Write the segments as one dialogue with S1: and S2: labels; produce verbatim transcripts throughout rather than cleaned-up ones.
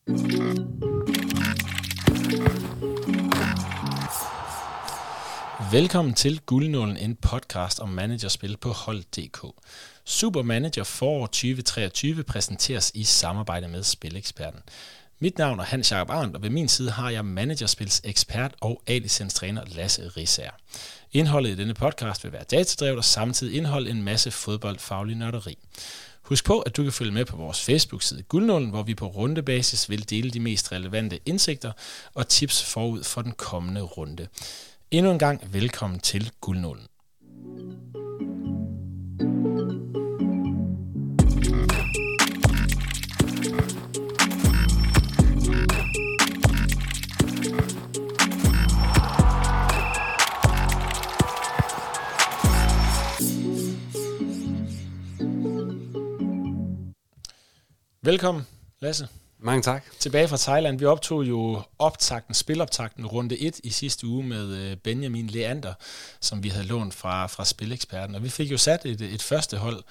S1: Velkommen til Guldnålen, en podcast om managerspil på hold punktum d k. Super Manager forår tyve treogtyve præsenteres i samarbejde med Spileksperten. Mit navn er Hans Jakob Arndt, og ved min side har jeg managerspils ekspert og A-licenstræner Lasse Risager. Indholdet i denne podcast vil være datadrevet og samtidig indeholde en masse fodboldfaglig nørderi. Husk på, at du kan følge med på vores Facebook-side Guldnålen, hvor vi på rundebasis vil dele de mest relevante indsigter og tips forud for den kommende runde. Endnu en gang velkommen til Guldnålen. Velkommen, Lasse.
S2: Mange tak.
S1: Tilbage fra Thailand. Vi optog jo optakten, spiloptakten, runde et i sidste uge med Benjamin Leander, som vi havde lånt fra, fra Spileksperten. Og vi fik jo sat et, et første hold.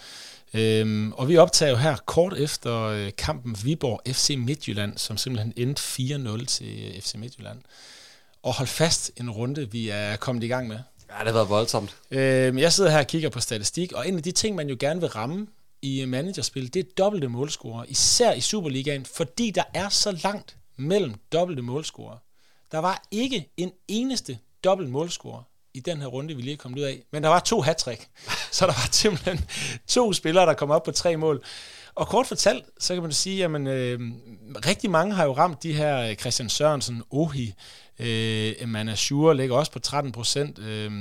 S1: Øhm, og vi optager jo her kort efter kampen Viborg F C Midtjylland, som simpelthen endte fire nul til F C Midtjylland. Og hold fast, en runde, vi er kommet i gang med.
S2: Ja, det har været voldsomt.
S1: Øhm, jeg sidder her og kigger på statistik, og en af de ting, man jo gerne vil ramme i managerspil, det er dobbelte målscorer, især i Superligaen, fordi der er så langt mellem dobbelte målscorer. Der var ikke en eneste dobbelt målscorer i den her runde, vi lige er kommet ud af, men der var to hattrick, så der var simpelthen to spillere, der kom op på tre mål. Og kort fortalt, så kan man sige, at øh, rigtig mange har jo ramt de her Christian Sørensen, Ohi, øh, Emmanuel Schur ligger også på tretten procent. Øh,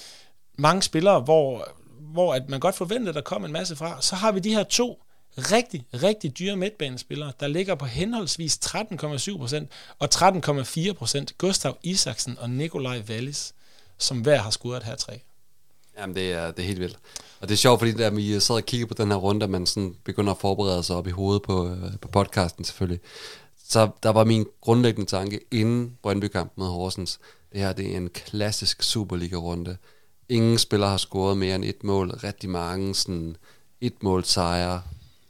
S1: mange spillere, hvor hvor at man godt forventede, at der kom en masse fra. Så har vi de her to rigtig, rigtig dyre midtbanespillere, der ligger på henholdsvis tretten komma syv procent og tretten komma fire procent. Gustav Isaksen og Nikolaj Wallis, som hver har scoret et hattrick.
S2: Jamen, det er, det er helt vildt. Og det er sjovt, fordi da vi sad og kiggede på den her runde, man sådan begynder at forberede sig op i hovedet på, på podcasten selvfølgelig. Så der var min grundlæggende tanke inden Brøndby-kampen mod Horsens. Det her, det er en klassisk Superliga-runde. Ingen spillere har scoret mere end et mål. Rigtig mange sådan et mål sejre.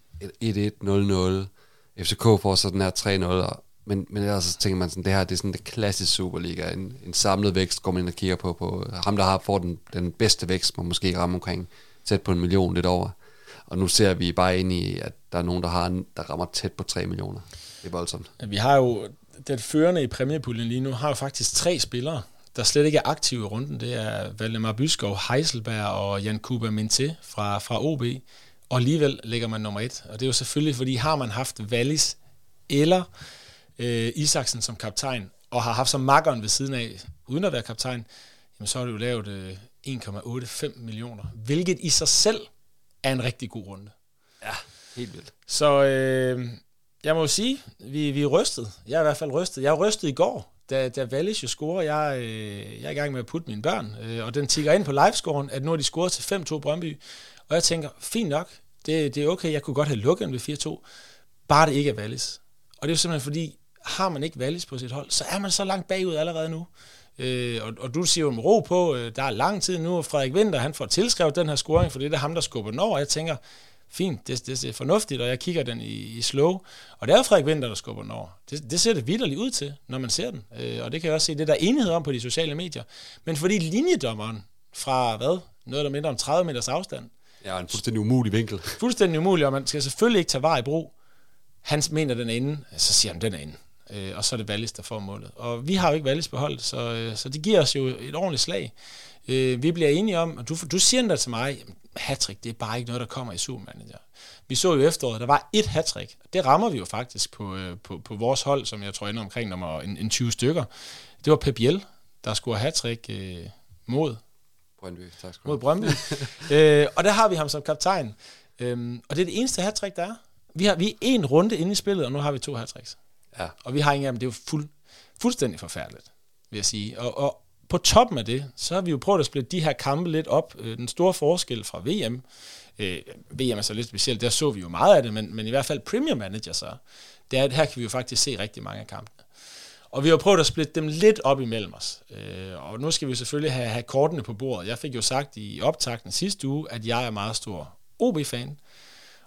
S2: et et, nul nul. F C K får så den her tre nul. Men, men ellers så tænker man sådan, det her det er sådan det klassiske Superliga. En, en samlet vækst går man ind og kigger på. på ham, der har får den, den bedste vækst, man måske rammer omkring tæt på en million lidt over. Og nu ser vi bare ind i, at der er nogen, der, har en, der rammer tæt på tre millioner. Det er voldsomt.
S1: Vi har jo, den førende i præmiepuljen lige nu, har jo faktisk tre spillere, der slet ikke er aktive i runden. Det er Valdemar Byskov, Heiselberg og Jan Kuba Minté fra, fra O B. Og alligevel ligger man nummer et. Og det er jo selvfølgelig, fordi har man haft Wallis eller øh, Isaksen som kaptajn, og har haft som makkeren ved siden af, uden at være kaptajn, jamen så har det jo lavet øh, en komma otteoghalvfems millioner. Hvilket i sig selv er en rigtig god runde.
S2: Ja, helt vildt.
S1: Så øh, jeg må jo sige, vi, vi er rystet. Jeg er i hvert fald rystet. Jeg er rystet i går. Da, da Wallis jo scorer, jeg, øh, jeg er i gang med at putte mine børn, øh, og den tigger ind på livescoren, at nu har de scoret til fem to Brøndby, og jeg tænker, fint nok, det, det er okay, jeg kunne godt have lukket den ved fire to, bare det ikke er Wallis. Og det er jo simpelthen fordi, har man ikke Wallis på sit hold, så er man så langt bagud allerede nu. Øh, og, og du siger jo med ro på, øh, der er lang tid nu, og Frederik Winther, han får tilskrevet den her scoring, for det er ham, der skubber den over, og jeg tænker, fint, det, det er fornuftigt, og jeg kigger den i, i slow, og det er jo Frederik Winther, der skubber den over. Det, det ser det vitterligt ud til, når man ser den, øh, og det kan jeg også se, det der er enighed om på de sociale medier. Men fordi linjedommeren fra, hvad, noget der mindre om tredive meters afstand,
S2: ja, en fuldstændig umulig vinkel.
S1: Fuldstændig umulig, og man skal selvfølgelig ikke tage var i brug. Han mener, den er inde, så siger han, den er inde. Øh, og så er det Wallis, der får målet. Og vi har jo ikke Wallis på holdet, så, øh, så det giver os jo et ordentligt slag. Øh, vi bliver enige om, og du, du siger der til mig, hattrick, det er bare ikke noget, der kommer i Supermanager. Vi så jo efteråret, der var et hattrick. Det rammer vi jo faktisk på, øh, på, på vores hold, som jeg tror ender omkring nummer en, en tyve stykker. Det var Pep Biel, der scorede hattrick øh, mod
S2: Brøndby. Tak skal
S1: mod Brøndby. øh, og der har vi ham som kaptajn. Øhm, og det er det eneste hattrick, der er. Vi har vi er en runde inde i spillet, og nu har vi to hattricks.
S2: Ja.
S1: Og vi har ingen af dem. Det er jo fuld, fuldstændig forfærdeligt, vil jeg sige. Og, og på toppen af det, så har vi jo prøvet at splitte de her kampe lidt op. Den store forskel fra V M, øh, V M er så lidt specielt, der så vi jo meget af det, men, men i hvert fald Premier Manager så, det er, her kan vi jo faktisk se rigtig mange af kampene. Og vi har prøvet at splitte dem lidt op imellem os. Øh, og nu skal vi selvfølgelig have, have kortene på bordet. Jeg fik jo sagt i optakten sidste uge, at jeg er meget stor O B-fan.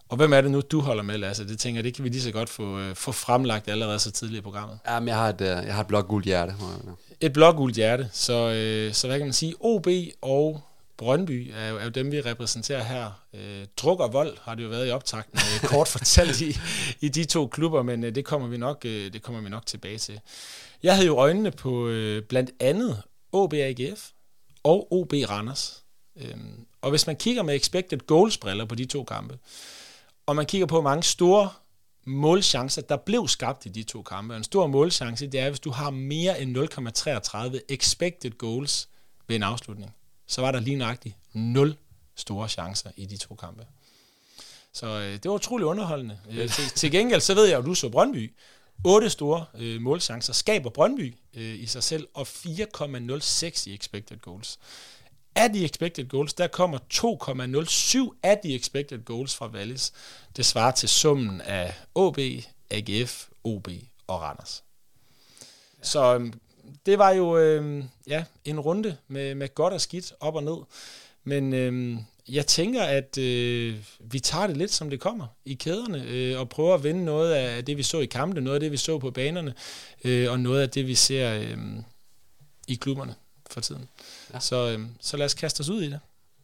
S1: Og hvem er det nu, du holder med, Lasse? Det tænker jeg, det kan vi lige så godt få, øh, få fremlagt allerede så tidligt i programmet.
S2: Jamen, jeg har et, jeg har et blågult hjerte.
S1: Et blågult hjerte. Så, øh, så hvad kan man sige? O B og Brøndby er jo, er jo dem, vi repræsenterer her. Øh, druk og vold har det jo været i optakten, øh, kort fortalt i, i de to klubber, men øh, det, kommer vi nok, øh, det kommer vi nok tilbage til. Jeg havde jo øjnene på øh, blandt andet O B A G F og O B Randers. Øh, og hvis man kigger med expected goals-briller på de to kampe, og man kigger på, hvor mange store målchancer, der blev skabt i de to kampe. En stor målchance, det er, hvis du har mere end nul komma treogtredive expected goals ved en afslutning. Så var der lige nøjagtigt nul store chancer i de to kampe. Så øh, det var utroligt underholdende. Øh, til, til gengæld, så ved jeg, at du så Brøndby. Otte store øh, målchancer skaber Brøndby øh, i sig selv, og fire komma nul seks i expected goals. Af de expected goals, der kommer to komma nul syv af de expected goals fra Wallis. Det svarer til summen af O B, A G F, O B og Randers. Så øh, det var jo øh, ja, en runde med, med godt og skidt op og ned. Men øh, jeg tænker, at øh, vi tager det lidt, som det kommer i kæderne, øh, og prøver at vende noget af det, vi så i kampene, noget af det, vi så på banerne, øh, og noget af det, vi ser øh, i klubberne for tiden. Ja. Så, øh, så lad os kaste os ud i det.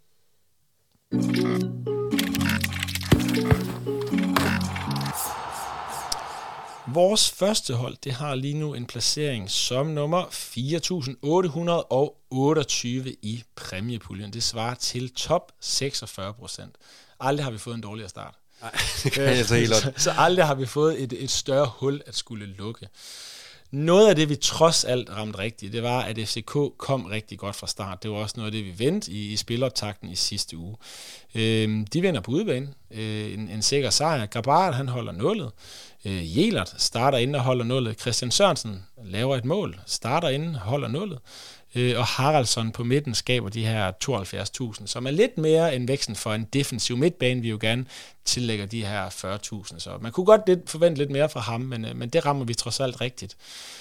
S1: Vores første hold, det har lige nu en placering som nummer fire tusind otte hundrede otteogtyve i præmiepuljen. Det svarer til top seksogfyrre procent. Aldrig har vi fået en dårligere start.
S2: Nej, det kan jeg så helt
S1: så, så aldrig har vi fået et, et større hul at skulle lukke. Noget af det, vi trods alt ramte rigtigt, det var, at F C K kom rigtig godt fra start. Det var også noget af det, vi vendte i, i spiloptakten i sidste uge. Øhm, de vinder på udebane. Øh, en, en sikker sejr. Grabart, han holder nullet. Øh, Jelert starter inden og holder nullet. Christian Sørensen laver et mål. Starter inden og holder nullet. Øh, og Haraldsson på midten skaber de her tooghalvfjerds tusind, som er lidt mere end væksten for en defensiv midtbane, vi jo gerne tillægger de her fyrre tusind. Så man kunne godt lidt forvente lidt mere fra ham, men, men det rammer vi trods alt rigtigt.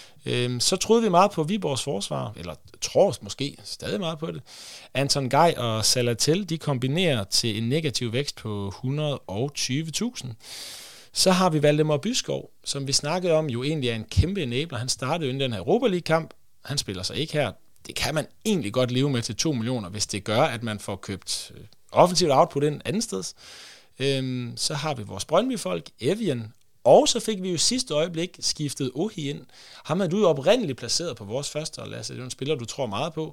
S1: Øh, så troede vi meget på Viborgs forsvar, eller tror måske stadig meget på det. Anton Gej og Salatel, de kombinerer til en negativ vækst på et hundrede og tyve tusind. Så har vi Valdemar Byskov, som vi snakkede om, jo egentlig er en kæmpe enabler. Han startede jo i den her Europa League-kamp. Han spiller sig ikke her. Det kan man egentlig godt leve med til to millioner, hvis det gør, at man får købt offensivt output ind anden steds. Øhm, så har vi vores Brøndby-folk, Evian, og så fik vi jo sidste øjeblik skiftet Ohi ind. Ham havde du jo oprindeligt placeret på vores første hold, Lasse. Det er en spiller, du tror meget på.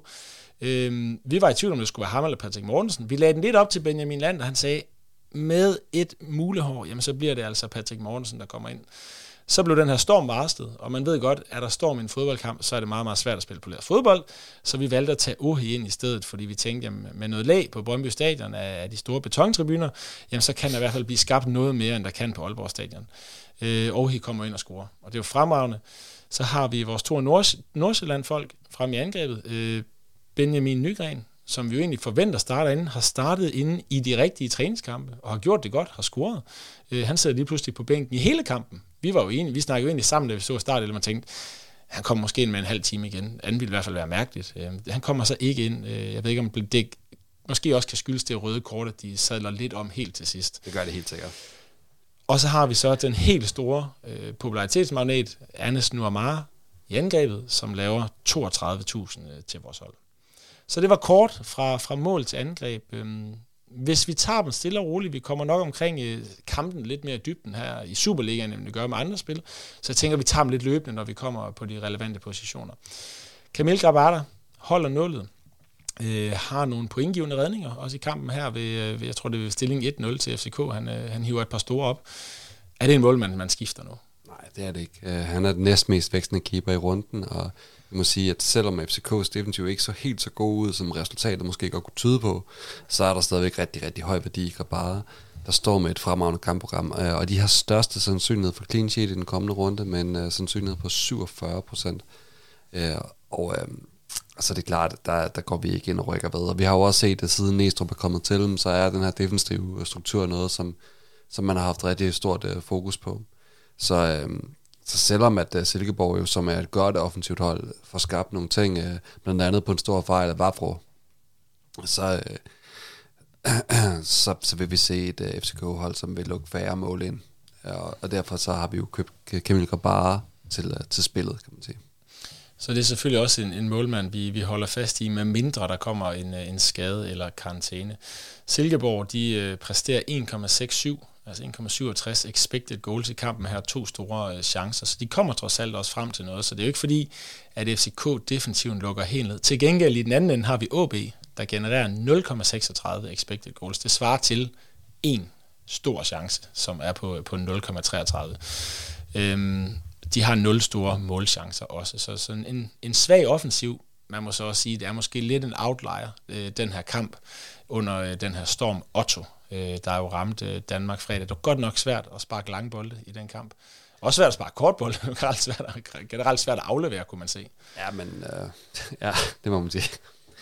S1: Øhm, vi var i tvivl om, det skulle være ham eller Patrick Mortensen. Vi lagde den lidt op til Benjamin Land, og han sagde, med et mulehår, jamen så bliver det altså Patrick Mortensen, der kommer ind. Så blev den her storm varslet, og man ved godt, at der storm i en fodboldkamp, så er det meget, meget svært at spille poleret fodbold, så vi valgte at tage Ohi ind i stedet, fordi vi tænkte, jamen, med noget lag på Brøndby Stadion af de store betontribuner, jamen så kan der i hvert fald blive skabt noget mere, end der kan på Aalborg Stadion. Øh, Ohi kommer ind og scorer, og det er jo fremragende. Så har vi vores to Nord- Nordsjælland-folk frem i angrebet, øh, Benjamin Nygren, som vi jo egentlig forventer starter inden, har startet inde i de rigtige træningskampe, og har gjort det godt, har scoret. Øh, han sidder lige pludselig på bænken i hele kampen. Vi var jo enige, vi snakkede jo egentlig sammen, da vi så start, eller man tænkte, han kommer måske ind med en halv time igen. Anden ville i hvert fald være mærkeligt. Øh, han kommer så ikke ind. Øh, jeg ved ikke, om det måske også kan skyldes det røde kort, at de sadler lidt om helt til sidst.
S2: Det gør det helt sikkert.
S1: Og så har vi så den helt store øh, popularitetsmagnet, Anes Nuamara i angrebet, som laver toogtredive tusind øh, til vores hold. Så det var kort fra, fra mål til angreb. Øhm, hvis vi tager dem stille og roligt, vi kommer nok omkring øh, kampen lidt mere i dybden her i Superligaen, end vi gør med andre spil, så jeg tænker, at vi tager dem lidt løbende, når vi kommer på de relevante positioner. Kamil Grabata holder nullet, øh, har nogle pointgivende redninger, også i kampen her, ved, ved jeg tror det er stilling et nul til F C K, han, øh, han hiver et par store op. Er det en målmand, man skifter nu?
S2: Nej, det er det ikke. Uh, han er den næstmest vækstende keeper i runden, og jeg må sige, at selvom F C K's defensiv ikke så helt så god ud, som resultatet måske godt kunne tyde på, så er der stadigvæk rigtig, rigtig høj værdi i Grabara, der står med et fremragende kampprogram, uh, og de har største sandsynlighed for clean sheet i den kommende runde, med en uh, sandsynlighed på syvogfyrre procent. Uh, og uh, altså det er klart, der, der går vi ikke ind og rykker ved, og vi har jo også set, at siden Næstrup er kommet til dem, så er den her defensive struktur noget, som, som man har haft rigtig stort uh, fokus på. Så, øh, så selvom at uh, Silkeborg jo, som er et godt offensivt hold, får skabt nogle ting, uh, blandt andet på en stor fejl af Vafro, så, uh, så, så vil vi se et uh, F C K-hold, som vil lukke færre mål ind. Og, og derfor så har vi jo købt Kamil Grabara til, uh, til spillet, kan man sige.
S1: Så det er selvfølgelig også en, en målmand, vi, vi holder fast i, med mindre der kommer en, en skade eller karantæne. Silkeborg, de øh, præsterer en komma syvogtres, altså en komma syvogtres expected goals i kampen her, to store øh, chancer, så de kommer trods alt også frem til noget, så det er jo ikke fordi, at F C K-defensiven lukker helt ned. Til gengæld i den anden ende har vi A B, der genererer nul komma seksogtredive expected goals. Det svarer til en stor chance, som er på, på nul komma treogtredive. Øhm, De har nul store målchancer også, så sådan en, en svag offensiv, man må så også sige, det er måske lidt en outlier, øh, den her kamp, under øh, den her storm Otto, øh, der er jo ramt øh, Danmark fredag. Det var godt nok svært at sparke lange bolde i den kamp. Også svært at sparke kort bolde, generelt svært, at, generelt svært at aflevere, kunne man se.
S2: Ja, men øh, ja, det må man sige.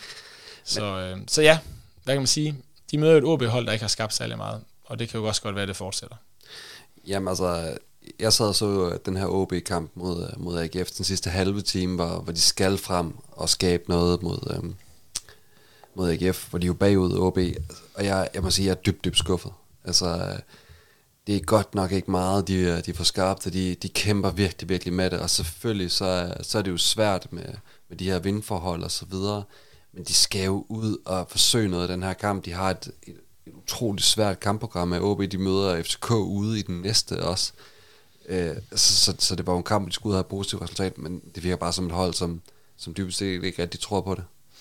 S1: Så, øh, så ja, hvad kan man sige? De møder et O B-hold, der ikke har skabt særlig meget, og det kan jo også godt være, at det fortsætter.
S2: Jamen altså, jeg sad og så den her O B-kamp mod, mod A G F den sidste halve time, hvor, hvor de skal frem og skabe noget mod, øhm, mod A G F, hvor de er jo bagud O B, og jeg, jeg må sige, jeg er dybt, dybt skuffet. Altså, det er godt nok ikke meget, de, de får skabt, og de, de kæmper virkelig, virkelig med det, og selvfølgelig så, så er det jo svært med, med de her vindforhold og så videre, men de skal jo ud og forsøge noget af den her kamp. De har et, et, et utroligt svært kampprogram med O B, de møder F C K ude i den næste også. Øh, så, så, så det var jo en kamp, de skulle have et positivt resultat, men det virker bare som et hold, som, som dybest set ikke rigtig tror på det.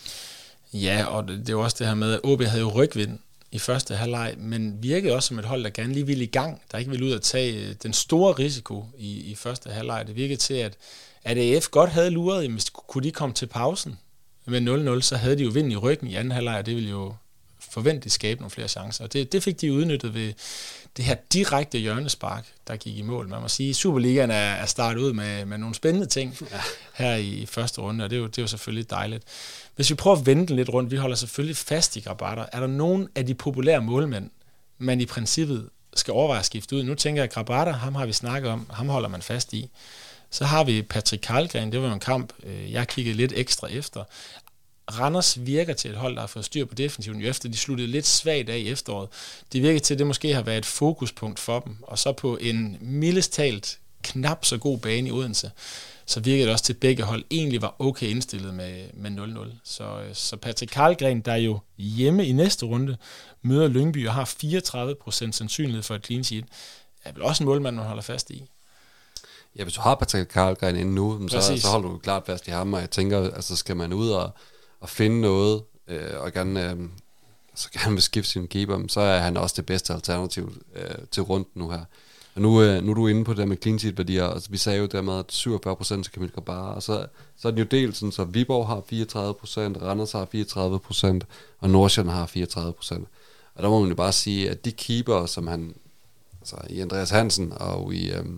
S1: Ja, og det, det er jo også det her med, at O B havde jo rygvind i første halvleg, men virkede også som et hold, der gerne lige ville i gang, der ikke ville ud at tage den store risiko i, i første halvleg. Det virkede til, at, at A F godt havde luret, jamen, kunne de komme til pausen med nul nul, så havde de jo vind i ryggen i anden halvleg, og det ville jo forventeligt skabe nogle flere chancer. Og det, det fik de udnyttet ved det her direkte hjørnespark, der gik i mål. Man må sige, at Superligaen er, er startet ud med, med nogle spændende ting ja. her i, i første runde, og det er, jo, det er jo selvfølgelig dejligt. Hvis vi prøver at vende den lidt rundt, vi holder selvfølgelig fast i Grabara. Er der nogen af de populære målmænd, man i princippet skal overveje at skifte ud? Nu tænker jeg, at Grabara, ham har vi snakket om, ham holder man fast i. Så har vi Patrick Karlgren, det var jo en kamp, jeg kiggede lidt ekstra efter. Randers virker til et hold, der har fået styr på defensiven, jo efter de sluttede lidt svagt af i efteråret. Det virker til, at det måske har været et fokuspunkt for dem, og så på en mildest talt knap så god bane i Odense, så virkede det også til, at begge hold egentlig var okay indstillet med, med nul nul. Så, så Patrick Karlgren, der jo hjemme i næste runde møder Lyngby og har fireogtredive procent sandsynlighed for et clean sheet, er vel også en målmand, man holder fast i.
S2: Ja, hvis du har Patrick Karlgren inde nu, så, så holder du klart fast i ham, og jeg tænker, altså skal man ud og, og finde noget, øh, og gerne, øh, så gerne vil skifte sin keeper, så er han også det bedste alternativ øh, til rundt nu her. Og nu, øh, nu er du inde på det der med clean sheet værdier, altså vi sagde jo dermed, at syvogfyrre procent til Kamil Grabara, og så, så er den jo delt sådan, så Viborg har fireogtredive procent, Randers har fireogtredive procent, og Nordsjælland har fireogtredive procent. Og der må man jo bare sige, at de keeper, som han, altså i Andreas Hansen og i, øh,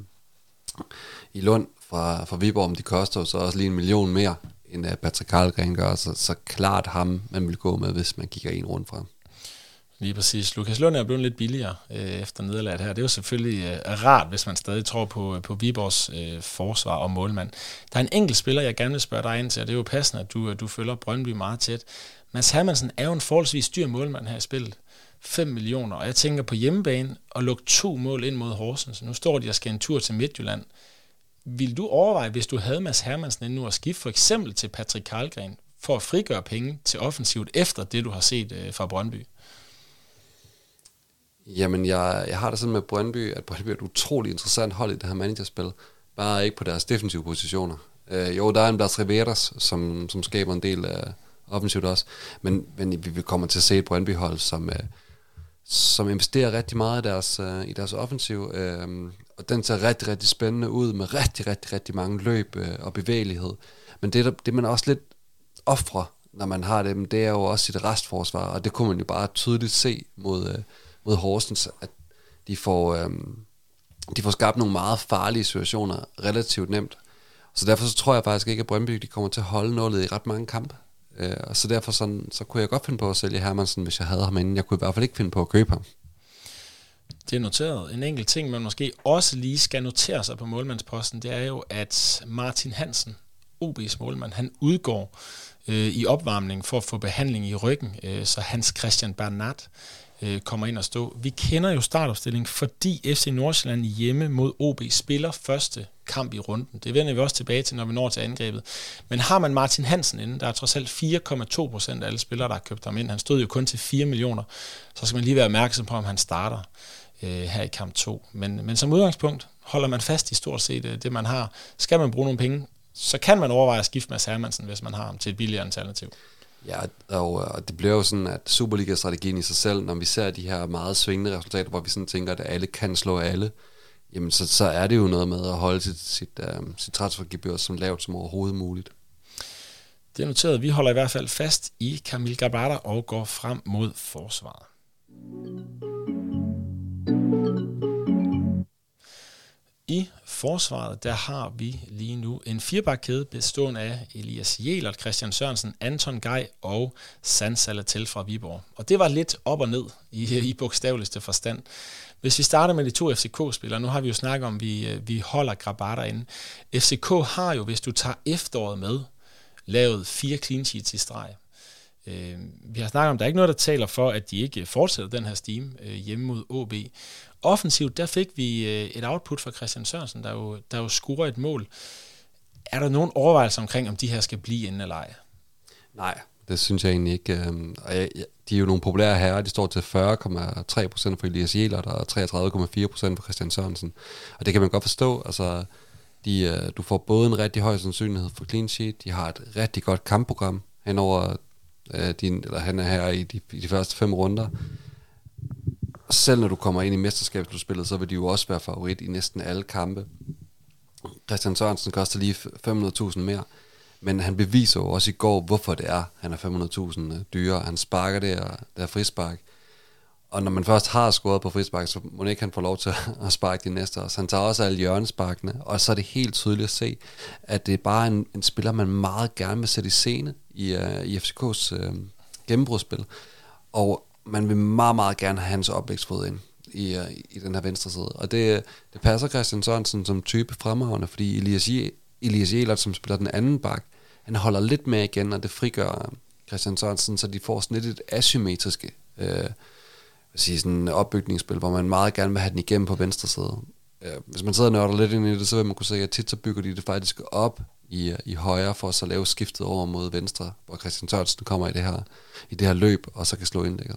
S2: i Lund fra, fra Viborg, om de koster så også lige en million mere, end Patrick Karlgren gør, så, så klart ham, man vil gå med, hvis man kigger en rundt fra.
S1: Lige præcis. Lukas Lund er blevet lidt billigere øh, efter nederlaget her. Det er jo selvfølgelig øh, rart, hvis man stadig tror på, på Viborgs øh, forsvar og målmand. Der er en enkelt spiller, jeg gerne vil spørge dig ind til, og det er jo passende, at du, du følger Brøndby meget tæt. Mads Hermansen er jo en forholdsvis dyr målmand her i spillet. fem millioner, og jeg tænker på hjemmebane og lukke to mål ind mod Horsens. Nu står de og skal en tur til Midtjylland. Vil du overveje, hvis du havde Mads Hermansen endnu at skifte for eksempel til Patrick Karlgren, for at frigøre penge til offensivt efter det, du har set øh, fra Brøndby?
S2: Jamen, jeg, jeg har det sådan med Brøndby, at Brøndby er et utroligt interessant hold i det her managerspil. Bare ikke på deres defensive positioner. Øh, jo, der er en Blas Riveras, som, som skaber en del af offensivt også. Men, men vi kommer til at se et Brøndby-hold, som, øh, som investerer rigtig meget i deres, øh, i deres offensiv. Øh, og den ser rigtig, rigtig spændende ud med rigtig, rigtig, rigtig mange løb øh, og bevægelighed. Men det, der, det man også lidt offrer, når man har det, det er jo også sit restforsvar. Og det kunne man jo bare tydeligt se mod... Øh, mod Horsens, at de får, øhm, de får skabt nogle meget farlige situationer relativt nemt. Så derfor så tror jeg faktisk ikke, at Brøndby de kommer til at holde nålet i ret mange kampe. Øh, og så derfor sådan, så kunne jeg godt finde på at sælge Hermansen, hvis jeg havde ham inden. Jeg kunne i hvert fald ikke finde på at købe ham.
S1: Det er noteret. En enkelt ting, man måske også lige skal notere sig på målmandsposten, det er jo, at Martin Hansen O B's målmand, han udgår øh, i opvarmning for at få behandling i ryggen, øh, så Hans Christian Bernat øh, kommer ind og stå. Vi kender jo startopstillingen, fordi F C Nordsjælland hjemme mod O B spiller første kamp i runden. Det vender vi også tilbage til, når vi når til angrebet. Men har man Martin Hansen inde, der er trods alt fire komma to procent af alle spillere, der har købt ham ind. Han stod jo kun til fire millioner, så skal man lige være opmærksom på, om han starter øh, her i kamp to. Men, men som udgangspunkt holder man fast i stort set øh, det, man har. Skal man bruge nogle penge, så kan man overveje at skifte Mads Hermansen, hvis man har ham til et billigere alternativ.
S2: Ja, og, og det bliver jo sådan, at Superliga-strategien i sig selv, når vi ser de her meget svingende resultater, hvor vi sådan tænker, at alle kan slå alle, jamen så, så er det jo noget med at holde sit, sit, uh, sit transfergebyr så lavt som overhovedet muligt.
S1: Det er noteret. Vi holder i hvert fald fast i Kamil Grabara og går frem mod forsvaret. I forsvaret, der har vi lige nu en firebakkæde bestående af Elias Jelert, Christian Sørensen, Anton Gej og San Salatel fra Viborg. Og det var lidt op og ned i, i bogstaveligste forstand. Hvis vi starter med de to F C K-spillere, nu har vi jo snakket om, at vi, vi holder Grabara inde. F C K har jo, hvis du tager efteråret med, lavet fire clean sheets i streg. Øh, vi har snakket om, at der er ikke noget, der taler for, at de ikke fortsætter den her steam øh, hjemme mod O B. Offensivt, der fik vi øh, et output fra Christian Sørensen, der jo, der jo scorer et mål. Er der nogen overvejelser omkring, om de her skal blive inde eller ej?
S2: Nej, det synes jeg egentlig ikke. De er jo nogle populære herrer, de står til fyrre komma tre procent for Elias Jelert og treogtredive komma fire procent for Christian Sørensen. Og det kan man godt forstå. Altså, de, du får både en rigtig høj sandsynlighed for clean sheet, de har et rigtig godt kampprogram henover øh, din, eller han er her i de, i de første fem runder. Og selv når du kommer ind i mesterskabsspillet, så vil de jo også være favorit i næsten alle kampe. Christian Sørensen koster lige fem hundrede tusind mere, men han beviser jo også i går, hvorfor det er, han er fem hundrede tusind dyrere. Han sparker det, og der er frispark. Og når man først har scoret på frispark, så må ikke han få lov til at sparke de næste. Så han tager også alle hjørnesparkene, og så er det helt tydeligt at se, at det er bare en, en spiller, man meget gerne vil sætte i scene i, uh, i F C K's uh, gennembrudsspil. Og man vil meget, meget gerne have hans opvækstfod ind i, uh, i den her venstre side. Og det, det passer Christian Sørensen som type fremragende, fordi Elias, Elias Jelert, som spiller den anden bak, han holder lidt mere igen, og det frigør Christian Sørensen, så de får sådan lidt et asymmetriske uh, sige sådan opbygningsspil, hvor man meget gerne vil have den igennem på venstre side. Hvis man sidder og nørder lidt ind i det, så vil man kunne se, at tit så bygger de det faktisk op i, i højre, for så lave skiftet over mod venstre, hvor Christian Sørensen kommer i det her, i det her løb, og så kan slå indlægget.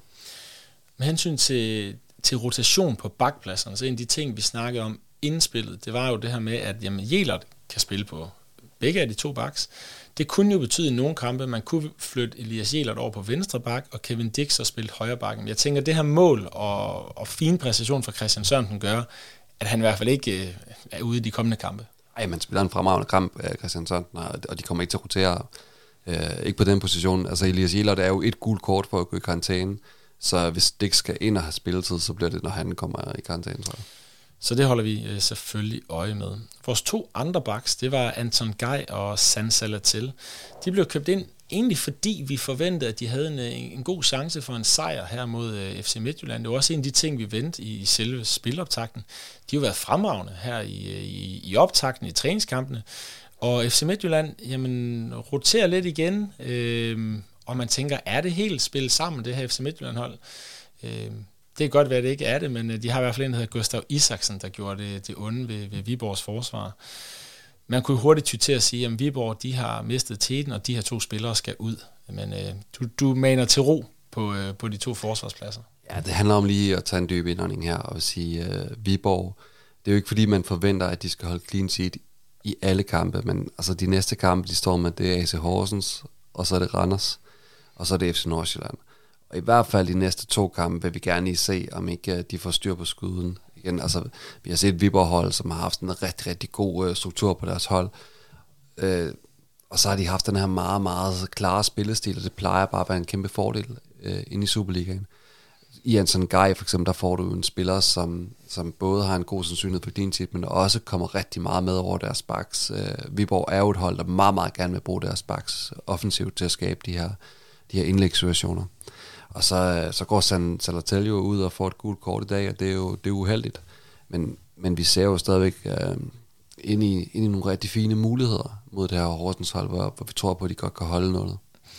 S1: Med hensyn til, til rotation på bakpladserne, så en af de ting, vi snakkede om inden spillet, det var jo det her med, at jamen, Jelert kan spille på begge af de to backs. Det kunne jo betyde i nogle kampe, man kunne flytte Elias Jelert over på venstre bak, og Kevin Dix så spille højre bakken. Jeg tænker, at det her mål og, og fin præcision fra Christian Sørensen gør, at han i hvert fald ikke øh, er ude i de kommende kampe.
S2: Ej, man spiller en fremragende kamp af Christian Sørensen, og de kommer ikke til at rotere. Øh, ikke på den position. Altså Elias Jelert er jo et gult kort for at gå i karantæne, så hvis Dix skal ind og have spilletid, så bliver det, når han kommer i karantæne, tror jeg.
S1: Så det holder vi øh, selvfølgelig øje med. Vores to andre backs, det var Anton Gej og San Salatel. De blev købt ind egentlig fordi vi forventede, at de havde en, en god chance for en sejr her mod øh, F C Midtjylland. Det var også en af de ting, vi vendte i, i selve spiloptakten. De har jo været fremragende her i, i, i optakten, i træningskampene. Og F C Midtjylland, jamen, roterer lidt igen, øh, og man tænker, er det helt spillet sammen, det her F C Midtjylland-hold? Øh, Det kan godt være, at det ikke er det, men de har i hvert fald en, der hedder Gustav Isaksen, der gjorde det, det onde ved, ved Viborgs forsvar. Man kunne hurtigt ty til at sige, at Viborg de har mistet teten, og de her to spillere skal ud. Men øh, du, du maner til ro på, øh, på de to forsvarspladser.
S2: Ja, det handler om lige at tage en dyb indånding her og sige, øh, Viborg, det er jo ikke fordi, man forventer, at de skal holde clean sheet i alle kampe, men altså de næste kampe, de står med, det er A C Horsens, og så er det Randers, og så er det F C Nordsjælland. Og i hvert fald de næste to kampe vil vi gerne lige se, om ikke de får styr på skuden. Igen, altså, vi har set Viborg-hold, som har haft en rigtig, rigtig god øh, struktur på deres hold. Øh, og så har de haft den her meget, meget klare spillestil, og det plejer bare at være en kæmpe fordel øh, inde i Superligaen. I Anton Gej for eksempel, der får du en spiller, som, som både har en god sandsynlighed for din tid, men også kommer rigtig meget med over deres backs. Øh, Viborg er jo et hold, der meget, meget gerne vil bruge deres backs offensivt til at skabe de her, de her indlægssituationer. Og så, så går San Salatel jo ud og får et gult kort i dag, og det er jo det er uheldigt. Men, men vi ser jo stadigvæk øh, ind i, ind i nogle rigtig fine muligheder mod det her Horsens hold, hvor, hvor vi tror på, at de godt kan holde noget.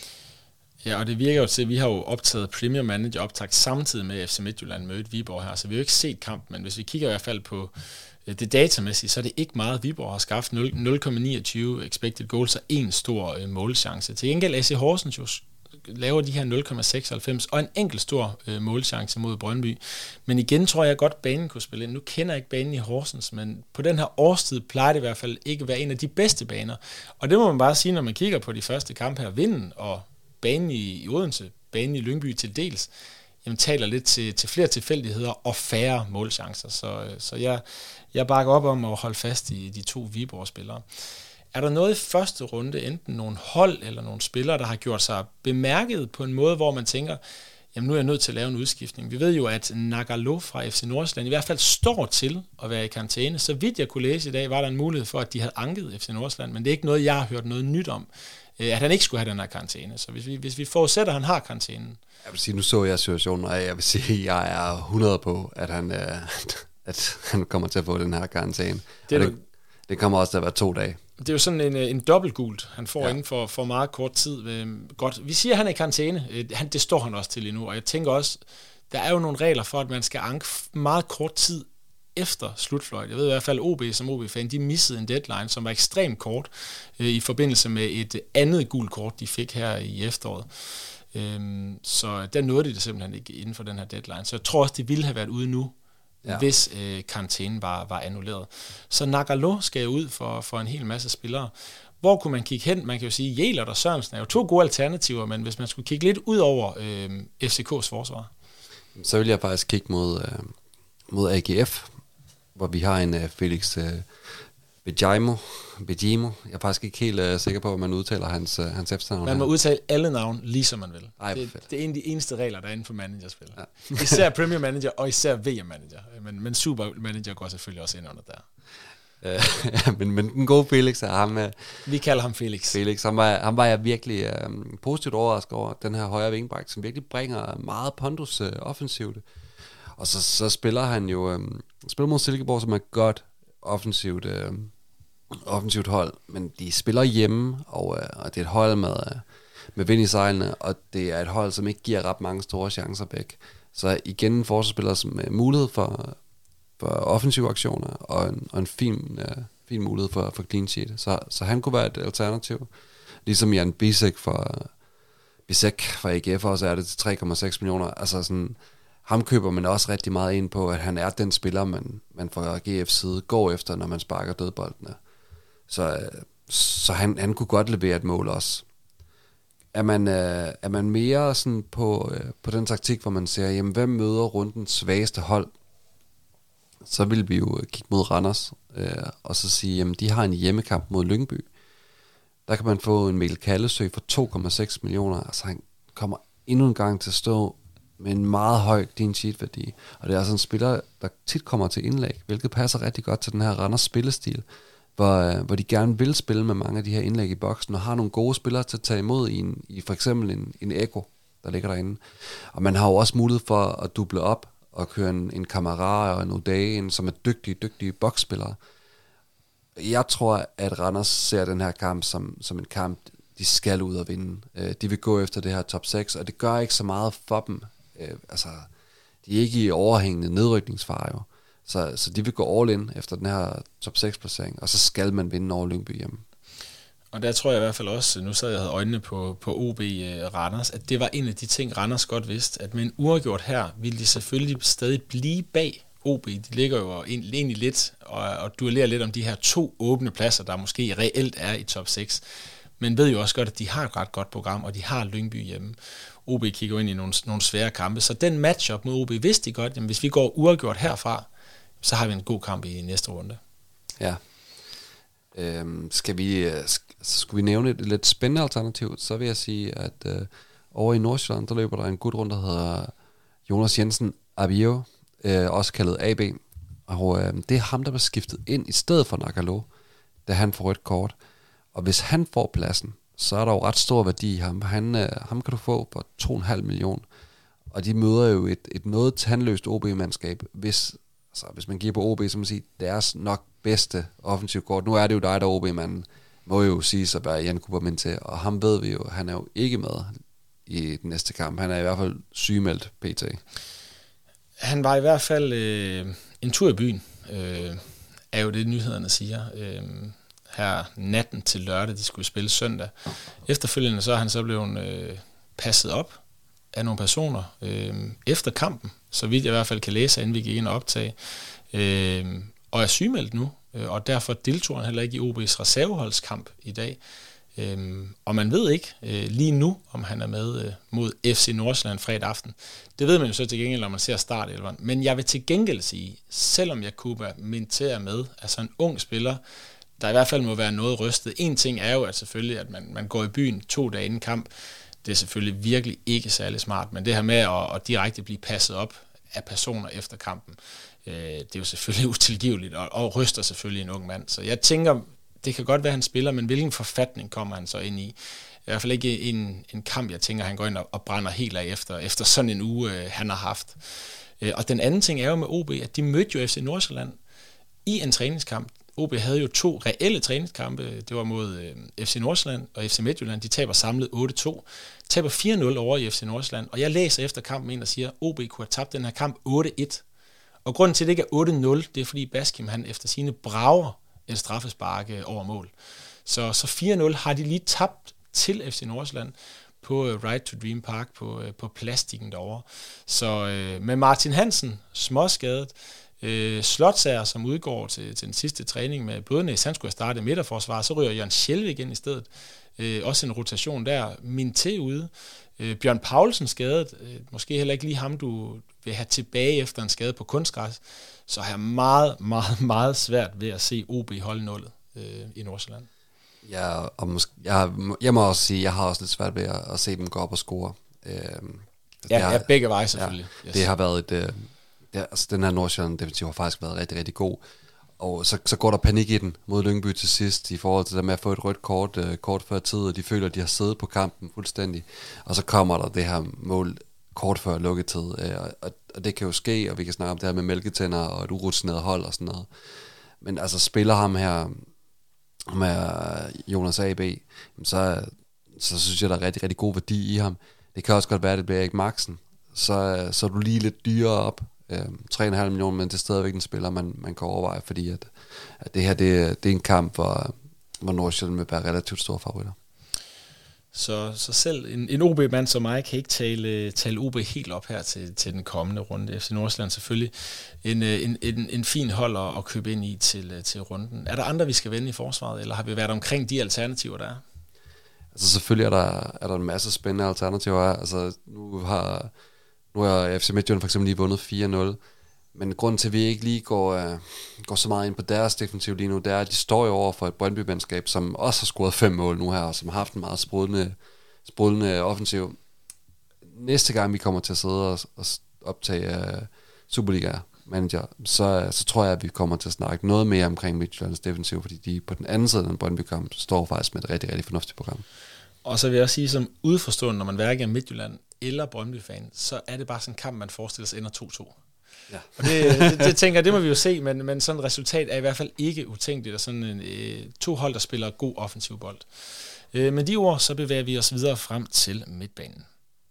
S1: Ja, og det virker jo til, at vi har jo optaget Premier Manager optaget samtidig med F C Midtjylland mødte Viborg her, så vi har jo ikke set kampen, men hvis vi kigger i hvert fald på det datamæssige, så er det ikke meget. Viborg har skaffet nul komma niogtyve expected goals og en stor øh, målchance. Til gengæld A C Horsens jo laver de her nul komma seksoghalvfems og en enkelt stor øh, målchance mod Brøndby. Men igen tror jeg godt, banen kunne spille ind. Nu kender jeg ikke banen i Horsens, men på den her årstid plejer det i hvert fald ikke at være en af de bedste baner. Og det må man bare sige, når man kigger på de første kampe her. Vinden og banen i, i Odense, banen i Lyngby til dels, jamen taler lidt til, til flere tilfældigheder og færre målchancer. Så, så jeg, jeg bakker op om at holde fast i de to Viborg-spillere. Er der noget i første runde, enten nogle hold eller nogle spillere, der har gjort sig bemærket på en måde, hvor man tænker, jamen nu er jeg nødt til at lave en udskiftning. Vi ved jo, at Nagalo fra F C Nordsjælland i hvert fald står til at være i karantæne. Så vidt jeg kunne læse i dag, var der en mulighed for, at de havde anket F C Nordsjælland, men det er ikke noget, jeg har hørt noget nyt om, at han ikke skulle have den her karantæne. Så hvis vi, hvis vi forudsætter, at han har karantænen.
S2: Jeg vil sige, nu så jeg situationen, og jeg vil sige, at jeg er hundrede på, at han, øh, at han kommer til at få den her karantæne. Det, det, det kommer også til at være to dage.
S1: Det er jo sådan en, en dobbeltgult, han får ja. inden for, for meget kort tid. Godt. Vi siger, at han er i karantæne. Han, det står han også til endnu, og jeg tænker også, der er jo nogle regler for, at man skal anke meget kort tid efter slutfløjt. Jeg ved i hvert fald, O B som O B-fan, de missede en deadline, som var ekstremt kort, øh, i forbindelse med et andet gult kort, de fik her i efteråret. Øhm, så der nåede de det simpelthen ikke inden for den her deadline. Så jeg tror også, det ville have været ude nu, ja. hvis øh, karantænen var, var annulleret. Så Nagalo skal ud for, for en hel masse spillere. Hvor kunne man kigge hen? Man kan jo sige, Jælert og Sørensen er jo to gode alternativer, men hvis man skulle kigge lidt ud over øh, F C K's forsvar.
S2: Så vil jeg faktisk kigge mod, øh, mod A G F, hvor vi har en uh, Felix uh, Bejimo. Bejimo. Jeg er faktisk ikke helt uh, sikker på, at man udtaler hans, uh, hans efternavn.
S1: Man må udtale alle navn, lige som man vil.
S2: Ej,
S1: det, det er en af de eneste regler, der er inden for managerspil. Ja. Især Premier Manager og især V M Manager. Men, men Super Manager går selvfølgelig også ind under der.
S2: ja, men, men den gode Felix er ham. Uh,
S1: Vi kalder ham Felix.
S2: Felix, ham var, ham var jeg virkelig uh, positivt overrasket over. Den her højre vingbak, som virkelig bringer meget pondus uh, offensivt. Og så, så spiller han jo øhm, spiller mod Silkeborg, som er et godt offensivt, øhm, offensivt hold, men de spiller hjemme, og, øh, og det er et hold med, øh, med vind i sejlene, og det er et hold, som ikke giver ret mange store chancer væk. Så igen en forsvarsspiller, som er mulighed for, for offensive aktioner, og en, og en fin, øh, fin mulighed for, for clean sheet. Så, så han kunne være et alternativ. Ligesom Jan Bisek fra, Bisek fra A G F også er det til tre komma seks millioner. Altså sådan... Ham køber man også rigtig meget ind på, at han er den spiller, man, man fra G F's side går efter, når man sparker dødboldene. Så, så han, han kunne godt levere et mål også. Er man, er man mere sådan på, på den taktik, hvor man siger, jamen, hvem møder rundens svageste hold? Så vil vi jo kigge mod Randers, øh, og så sige, jamen, de har en hjemmekamp mod Lyngby. Der kan man få en Mikkel Kallesø for to komma seks millioner. Altså, han kommer endnu en gang til at stå med en meget høj clean sheet værdi. Og det er altså en spiller, der tit kommer til indlæg, hvilket passer rigtig godt til den her Randers spillestil, hvor, hvor de gerne vil spille med mange af de her indlæg i boksen, og har nogle gode spillere til at tage imod i, en, i for eksempel en, en Eko, der ligger derinde. Og man har jo også mulighed for at duble op og køre en, en Kamara og en Uday, som er dygtige, dygtige boksspillere. Jeg tror, at Randers ser den her kamp som, som en kamp, de skal ud og vinde. De vil gå efter det her top seks, og det gør ikke så meget for dem. Altså, de er ikke i overhængende nedrykningsfare jo. Så, så de vil gå all in efter den her top seks placering, og så skal man vinde over Lyngby hjemme.
S1: Og der tror jeg i hvert fald også, nu sad jeg havde øjnene på, på O B uh, Randers, at det var en af de ting, Randers godt vidste, at med en uafgjort her, ville de selvfølgelig stadig blive bag O B. De ligger jo egentlig lidt og, og duellerer lidt om de her to åbne pladser, der måske reelt er i top seks. Men ved jo også godt, at de har et ret godt program, og de har Lyngby hjemme. O B kigger ind i nogle, nogle svære kampe, så den matchup mod O B vidste de godt, jamen hvis vi går uafgjort herfra, så har vi en god kamp i næste runde.
S2: Ja. Øhm, skal vi, skal vi nævne et lidt spændende alternativ, så vil jeg sige, at øh, over i Nordsjælland, der løber der en gut rundt, der hedder Jonas Jensen Abio, øh, også kaldet A B, og øh, det er ham, der var skiftet ind i stedet for Nagalo, da han får et kort. Og hvis han får pladsen, så er der jo ret stor værdi i ham. Han, øh, ham kan du få for to komma fem millioner. Og de møder jo et, et noget tandløst O B-mandskab, hvis altså, hvis man giver på O B, så må man sige, deres nok bedste offensiv kort. Nu er det jo dig, der O B-manden, må jo sige sig være Jan Kupermin til, og ham ved vi jo, han er jo ikke med i den næste kamp. Han er i hvert fald sygemeldt P T.
S1: Han var i hvert fald øh, en tur i byen, øh, er jo det, nyhederne siger. Øh, her natten til lørdag, de skulle spille søndag. Efterfølgende så er han så blevet øh, passet op af nogle personer øh, efter kampen, så vidt jeg i hvert fald kan læse, inden vi gik ind og optage, øh, og er sygemeldt nu, øh, og derfor deltog han heller ikke i O B's reserveholdskamp i dag. Øh, og man ved ikke øh, lige nu, om han er med øh, mod F C Nordsjælland fredag aften. Det ved man jo så til gengæld, når man ser startelveren. Men jeg vil til gengæld sige, selvom Jakuba Minteh er med, altså en ung spiller, der i hvert fald må være noget rystet. En ting er jo at selvfølgelig, at man, man går i byen to dage inden kamp. Det er selvfølgelig virkelig ikke særlig smart, men det her med at, at direkte blive passet op af personer efter kampen, øh, det er jo selvfølgelig utilgiveligt, og, og ryster selvfølgelig en ung mand. Så jeg tænker, det kan godt være, han spiller, men hvilken forfatning kommer han så ind i? I hvert fald ikke en, en kamp, jeg tænker, han går ind og, og brænder helt af efter, efter sådan en uge, øh, han har haft. Øh, og den anden ting er jo med O B, at de mødte jo F C Nordsjælland i en træningskamp. O B havde jo to reelle træningskampe. Det var mod øh, F C Nordsjælland og F C Midtjylland. De taber samlet otte to. Taber fire nul over i F C Nordsjælland. Og jeg læser efter kampen en, der siger, at O B kunne have tabt den her kamp otte et. Og grunden til, at det ikke er otte nul, det er fordi Baskim, han efter sine brager et straffespark over mål. Så, så fire nul har de lige tabt til F C Nordsjælland på uh, Right to Dream Park på, uh, på plastikken derovre. Så uh, med Martin Hansen, småskadet, Øh, Slotsager, som udgår til, til den sidste træning med Blodnæs, han skulle have startet midterforsvar, så ryger Jørgen Schjelvik ind i stedet. Øh, også en rotation der. Minteh ude. Øh, Bjørn Paulsen skadet. Øh, måske heller ikke lige ham, du vil have tilbage efter en skade på kunstgræs. Så har jeg meget, meget, meget svært ved at se O B holde nullet øh, i Nordsjælland.
S2: Ja, og måske, jeg, jeg må også sige, jeg har også lidt svært ved at, at se dem gå op og score. Øh,
S1: ja,
S2: har,
S1: ja, begge veje selvfølgelig.
S2: Ja,
S1: yes.
S2: Det har været et... Øh, Ja, altså, den her Nordsjælland definitivt har faktisk været rigtig, rigtig god. Og så, så går der panik i den mod Lyngby til sidst, i forhold til det med at få et rødt kort, øh, kort før tid, og de føler, at de har siddet på kampen fuldstændig. Og så kommer der det her mål kort før lukketid. Øh, og, og det kan jo ske, og vi kan snakke om det her med mælketænder og et urutineret hold og sådan noget. Men altså spiller ham her med Jonas A B, så, så synes jeg, der er rigtig, rigtig god værdi i ham. Det kan også godt være, at det bliver Erik Maxen. Så, så er du lige lidt dyrere op. tre komma fem millioner, men det er stadigvæk en spiller, man, man kan overveje, fordi at, at det her, det, det er en kamp, hvor, hvor Nordsjælland vil være relativt store favoritter.
S1: Så, så selv en, en O B-mand som mig kan ikke tale, tale O B helt op her til, til den kommende runde. F C Nordsjælland selvfølgelig en, en, en, en fin hold at, at købe ind i til, til runden. Er der andre, vi skal vende i forsvaret, eller har vi været omkring de alternativer, der er?
S2: Altså selvfølgelig er der, er der en masse spændende alternativer. Altså nu har... Nu har F C Midtjylland for eksempel lige vundet fire nul, men grunden til, at vi ikke lige går, uh, går så meget ind på deres defensiv lige nu, det er, at de står jo over for et Brøndby-mandskab, som også har scoret fem mål nu her, og som har haft en meget sprudlende, sprudlende offensiv. Næste gang, vi kommer til at sidde og, og optage uh, Superliga-manager, så, så tror jeg, at vi kommer til at snakke noget mere omkring Midtjyllands defensiv, fordi de på den anden side af den Brøndby-kamp står faktisk med et rigtig, rigtig fornuftigt program.
S1: Og så vil jeg også sige, som udforstående, når man hverken er Midtjylland eller Brøndby-fan, så er det bare sådan en kamp, man forestiller sig ender to to. Ja. Og det, det, det tænker jeg, det må vi jo se, men, men sådan et resultat er i hvert fald ikke utænkeligt, og sådan en, øh, to hold, der spiller god offensiv bold. Øh, med de ord, så bevæger vi os videre frem til midtbanen.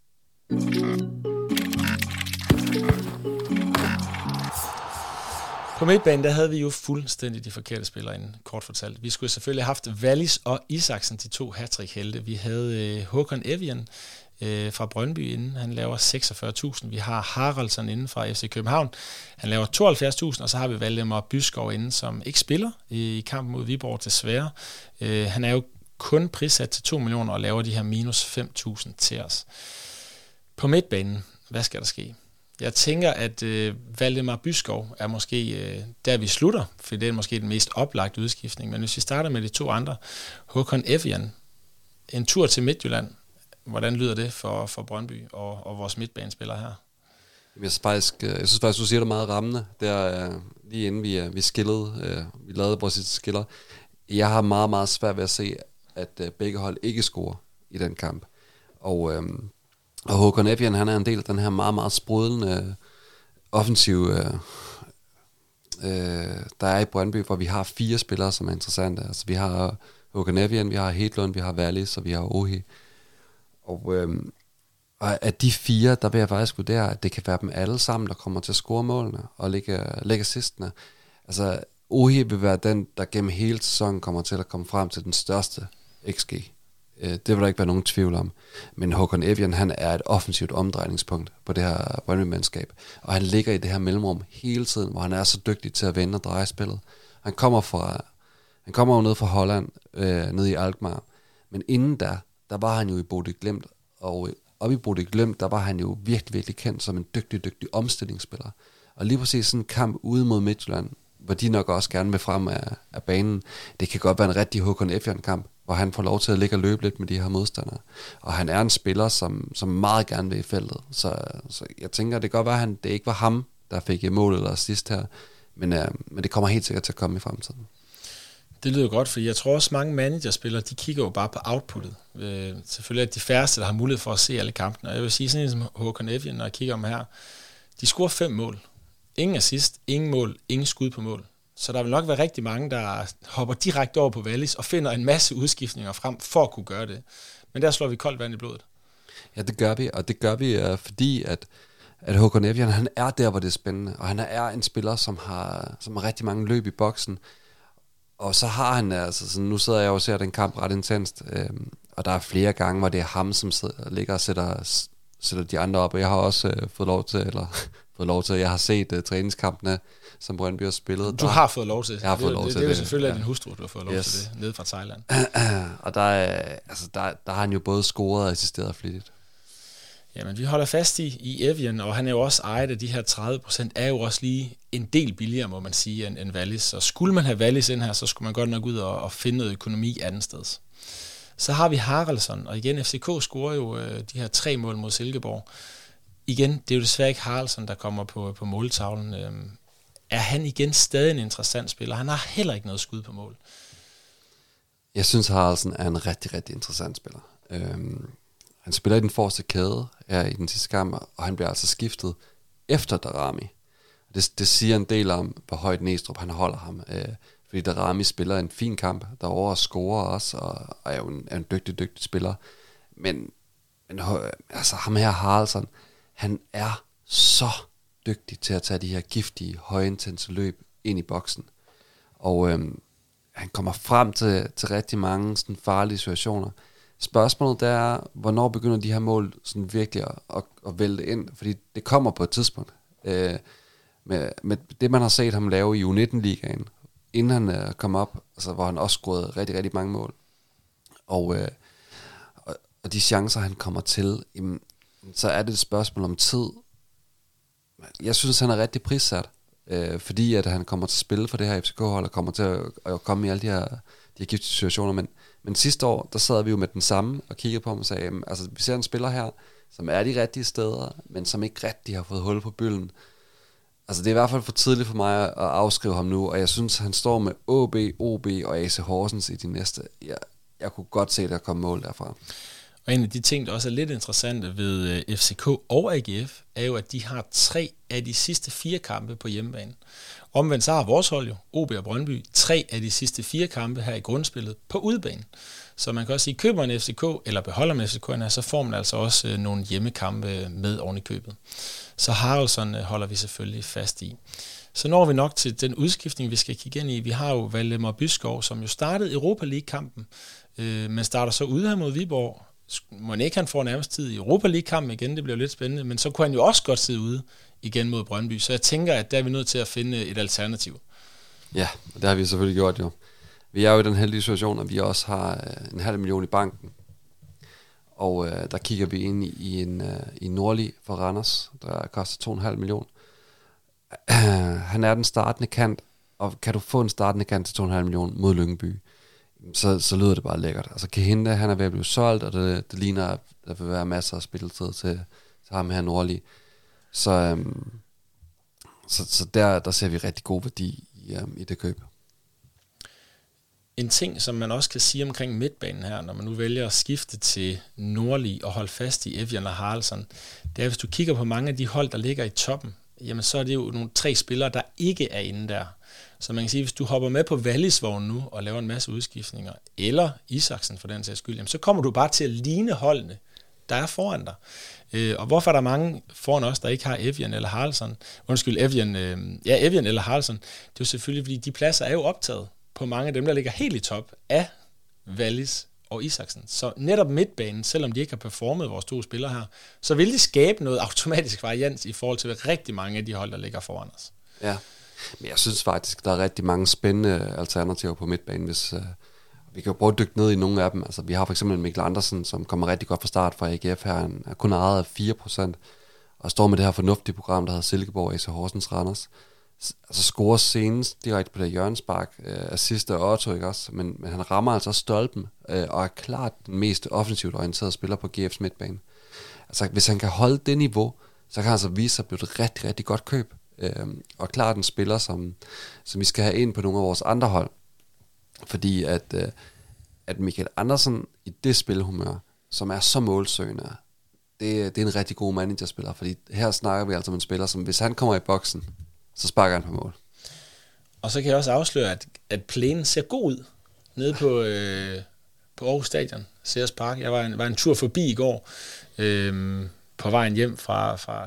S1: På midtbanen, der havde vi jo fuldstændig de forkerte spillere inden, kort fortalt. Vi skulle selvfølgelig have haft Wallis og Isaksen, de to hattrick-helte. Vi havde øh, Håkon Evian øh, fra Brøndby inden, han laver seksogfyrre tusind. Vi har Haraldsson inden fra F C København, han laver tooghalvfjerds tusind, og så har vi Valdemar Byskov inden, som ikke spiller i kampen mod Viborg desværre. Øh, han er jo kun prissat til to millioner og laver de her minus fem tusind til os. På midtbanen, hvad skal der ske? Jeg tænker, at øh, Valdemar Byskov er måske øh, der, vi slutter, for det er måske den mest oplagte udskiftning. Men hvis vi starter med de to andre, Håkon Evian, en tur til Midtjylland, hvordan lyder det for, for Brøndby og, og vores midtbanespillere her?
S2: Jeg synes faktisk, jeg synes faktisk du siger det meget rammende, der øh, lige inden vi, vi skillede, øh, vi lavede vores sidste skiller. Jeg har meget, meget svært ved at se, at øh, begge hold ikke scorer i den kamp. Og... Øh, Og Håkon Evian, han er en del af den her meget, meget sprudlende offensiv øh, øh, der er i Brøndby, hvor vi har fire spillere, som er interessante. Altså vi har Håkan Evjen, vi har Hedlund, vi har Wallis, og vi har Ohi. Og, øh, og af de fire, der vil jeg faktisk vurdere, at det kan være dem alle sammen, der kommer til at score målene og lægge, lægge assistene. Altså Ohi vil være den, der gennem hele sæsonen kommer til at komme frem til den største X G. Det vil der ikke være nogen tvivl om. Men Håkan Evjen, han er et offensivt omdrejningspunkt på det her Brøndby-mandskab. Og han ligger i det her mellemrum hele tiden, hvor han er så dygtig til at vende og dreje spillet. Han kommer fra, han kommer jo ned fra Holland, øh, ned i Alkmaar. Men inden da, der var han jo i Bodø Glimt. Og oppe i Bodø Glimt, der var han jo virkelig, virkelig kendt som en dygtig, dygtig omstillingsspiller. Og lige præcis sådan en kamp ude mod Midtjylland, hvor de nok også gerne vil frem af, af banen. Det kan godt være en rigtig Håkan Evjen-kamp, hvor han får lov til at ligge og løbe lidt med de her modstandere. Og han er en spiller, som, som meget gerne vil i feltet. Så, så jeg tænker, det kan godt være, at han, det ikke var ham, der fik mål eller sidst her. Men, øh, men det kommer helt sikkert til at komme i fremtiden.
S1: Det lyder godt, for jeg tror også, mange managerspillere, de kigger jo bare på outputtet. Øh, selvfølgelig er det de færreste, der har mulighed for at se alle kampene. Og jeg vil sige sådan en som Håkan Evjen, når jeg kigger om her, de scorer fem mål. Ingen assist, ingen mål, ingen skud på mål. Så der vil nok være rigtig mange, der hopper direkte over på Wallis og finder en masse udskiftninger frem for at kunne gøre det. Men der slår vi koldt vand i blodet.
S2: Ja, det gør vi, og det gør vi, uh, fordi at, at Håkan Evjen, han er der, hvor det er spændende, og han er en spiller, som har, som har rigtig mange løb i boksen. Og så har han, altså sådan, nu sidder jeg og ser den kamp ret intenst, øh, og der er flere gange, hvor det er ham, som sidder, ligger og sætter, sætter de andre op, og jeg har også øh, fået lov til, eller fået lov til, jeg har set uh, træningskampene, som Brøndby har spillet.
S1: Du har fået lov til.
S2: Jeg har fået
S1: det,
S2: lov
S1: det,
S2: til
S1: det. Det er jo
S2: det.
S1: selvfølgelig
S2: Ja.
S1: din hustru, du har fået lov
S2: Yes.
S1: til det, nede fra Thailand.
S2: Og der, er, altså, der, der har han jo både scoret og assisteret flittigt.
S1: Jamen, vi holder fast i, i Evjen, og han er jo også ejet af de her tredive procent, er jo også lige en del billigere, må man sige, end, end Wallis. Så skulle man have Wallis ind her, så skulle man godt nok ud og, og finde noget økonomi anden steds. Så har vi Haraldsson, og igen, F C K scorer jo øh, de her tre mål mod Silkeborg. Igen, det er jo desværre ikke Haraldsson, der kommer på, på måltavlen. Øhm, er han igen stadig en interessant spiller? Han har heller ikke noget skud på mål.
S2: Jeg synes, Haraldsen er en rigtig, rigtig interessant spiller. Øhm, han spiller i den forreste kæde her i den sidste kamp, og han bliver altså skiftet efter Darami. Det, det siger en del om, hvor højt Næstrup han holder ham. Øh, fordi Darami spiller en fin kamp, der over og scorer også, og, og er jo en, er en dygtig, dygtig spiller. Men, men altså, ham her Haraldsson, han er så dygtig til at tage de her giftige, højintense løb ind i boksen. Og øhm, han kommer frem til, til rigtig mange sådan farlige situationer. Spørgsmålet der er, hvornår begynder de her mål sådan virkelig at, at, at vælte ind? Fordi det kommer på et tidspunkt. Øh, med, med det, man har set ham lave i U nitten-ligaen, inden han øh, kom op, altså, hvor han også scorede rigtig, rigtig mange mål. Og, øh, og, og de chancer, han kommer til, jamen, så er det et spørgsmål om tid. Jeg synes, han er rigtig prissat, øh, fordi at han kommer til at spille for det her F C K-hold, og kommer til at, at komme i alle de her, de her giftige situationer. Men, men sidste år, der sad vi jo med den samme og kiggede på ham og sagde, jamen, altså, vi ser en spiller her, som er de rigtige steder, men som ikke rigtig har fået hul på bylden. Altså, det er i hvert fald for tidligt for mig at afskrive ham nu, og jeg synes, han står med A B, O B og A C Horsens i de næste. Jeg, jeg kunne godt se, der komme mål derfra.
S1: Og en af de ting, der også er lidt interessante ved F C K og A G F, er jo, at de har tre af de sidste fire kampe på hjemmebane. Omvendt så har vores hold jo, O B og Brøndby, tre af de sidste fire kampe her i grundspillet på udebane. Så man kan også sige, køber en F C K, eller beholder man F C K'erne, så får man altså også øh, nogle hjemmekampe med oven i købet. Så Haraldsson øh, holder vi selvfølgelig fast i. Så når vi nok til den udskiftning, vi skal kigge ind i. Vi har jo Valdemar Byskov, som jo startede Europa League-kampen, øh, men starter så ude her mod Viborg. Må ikke han får nærmest tid i Europa League-kampen igen, det bliver lidt spændende, men så kunne han jo også godt sidde ude igen mod Brøndby. Så jeg tænker, at der er vi nødt til at finde et alternativ.
S2: Ja, det har vi selvfølgelig gjort jo. Vi er jo i den heldige situation, at vi også har en halv million i banken. Og øh, der kigger vi ind i, i en øh, i Nordli for Randers, der koster to komma fem millioner. Uh, han er den startende kant, og kan du få en startende kant til to komma fem millioner mod Lyngby, så, så lyder det bare lækkert. Altså Kehinde, han er ved at blive solgt, og det, det ligner, at der vil være masser af spilletid til, til ham her Nordli. Så, øhm, så, så der, der ser vi rigtig god værdi i, øhm, i det køb.
S1: En ting, som man også kan sige omkring midtbanen her, når man nu vælger at skifte til Nordli og holde fast i Evjen og Haraldsson, det er, hvis du kigger på mange af de hold, der ligger i toppen, jamen så er det jo nogle tre spillere, der ikke er inde der. Så man kan sige, hvis du hopper med på Wallis-vognen nu og laver en masse udskiftninger, eller Isaksen for den sags skyld, jamen så kommer du bare til at ligne holdene, der er foran dig. Øh, og hvorfor er der mange foran os, der ikke har Evian eller Haraldsson? Undskyld, Evian, øh, ja, Evian eller Haraldsson. Det er jo selvfølgelig, fordi de pladser er jo optaget på mange af dem, der ligger helt i top af Wallis og Isaksen. Så netop midtbanen, selvom de ikke har performet vores to spillere her, så vil de skabe noget automatisk varians i forhold til rigtig mange af de hold, der ligger foran os.
S2: Ja, men jeg synes faktisk, der er rigtig mange spændende alternativer på midtbanen, hvis... Øh Vi kan jo prøve at dykke ned i nogle af dem. Altså, vi har for eksempel Mikkel Andersen, som kommer rigtig godt fra start fra A G F her. Han er kun ejet af fire procent, og står med det her fornuftige program, der hedder Silkeborg, A C Horsens, Randers. Altså scorer senest direkte på det hjørnespark, øh, assist og Otto, ikke også? Men, men han rammer altså stolpen, øh, og er klart den mest offensivt orienterede spiller på G F's midtbane. Altså, hvis han kan holde det niveau, så kan han altså vise sig at blive et rigtig, rigtig godt køb. Øh, og klart en spiller, som, som vi skal have ind på nogle af vores andre hold. Fordi at, øh, at Michael Andersen i det spilhumør, som er så målsøgende, det, det er en rigtig god managerspiller. Fordi her snakker vi altså om en spiller, som hvis han kommer i boksen, så sparker han på mål.
S1: Og så kan jeg også afsløre, at, at plænen ser god ud nede på, øh, på Aarhus Stadion, Sears Park. Jeg var en, var en tur forbi i går, øh, på vejen hjem fra... fra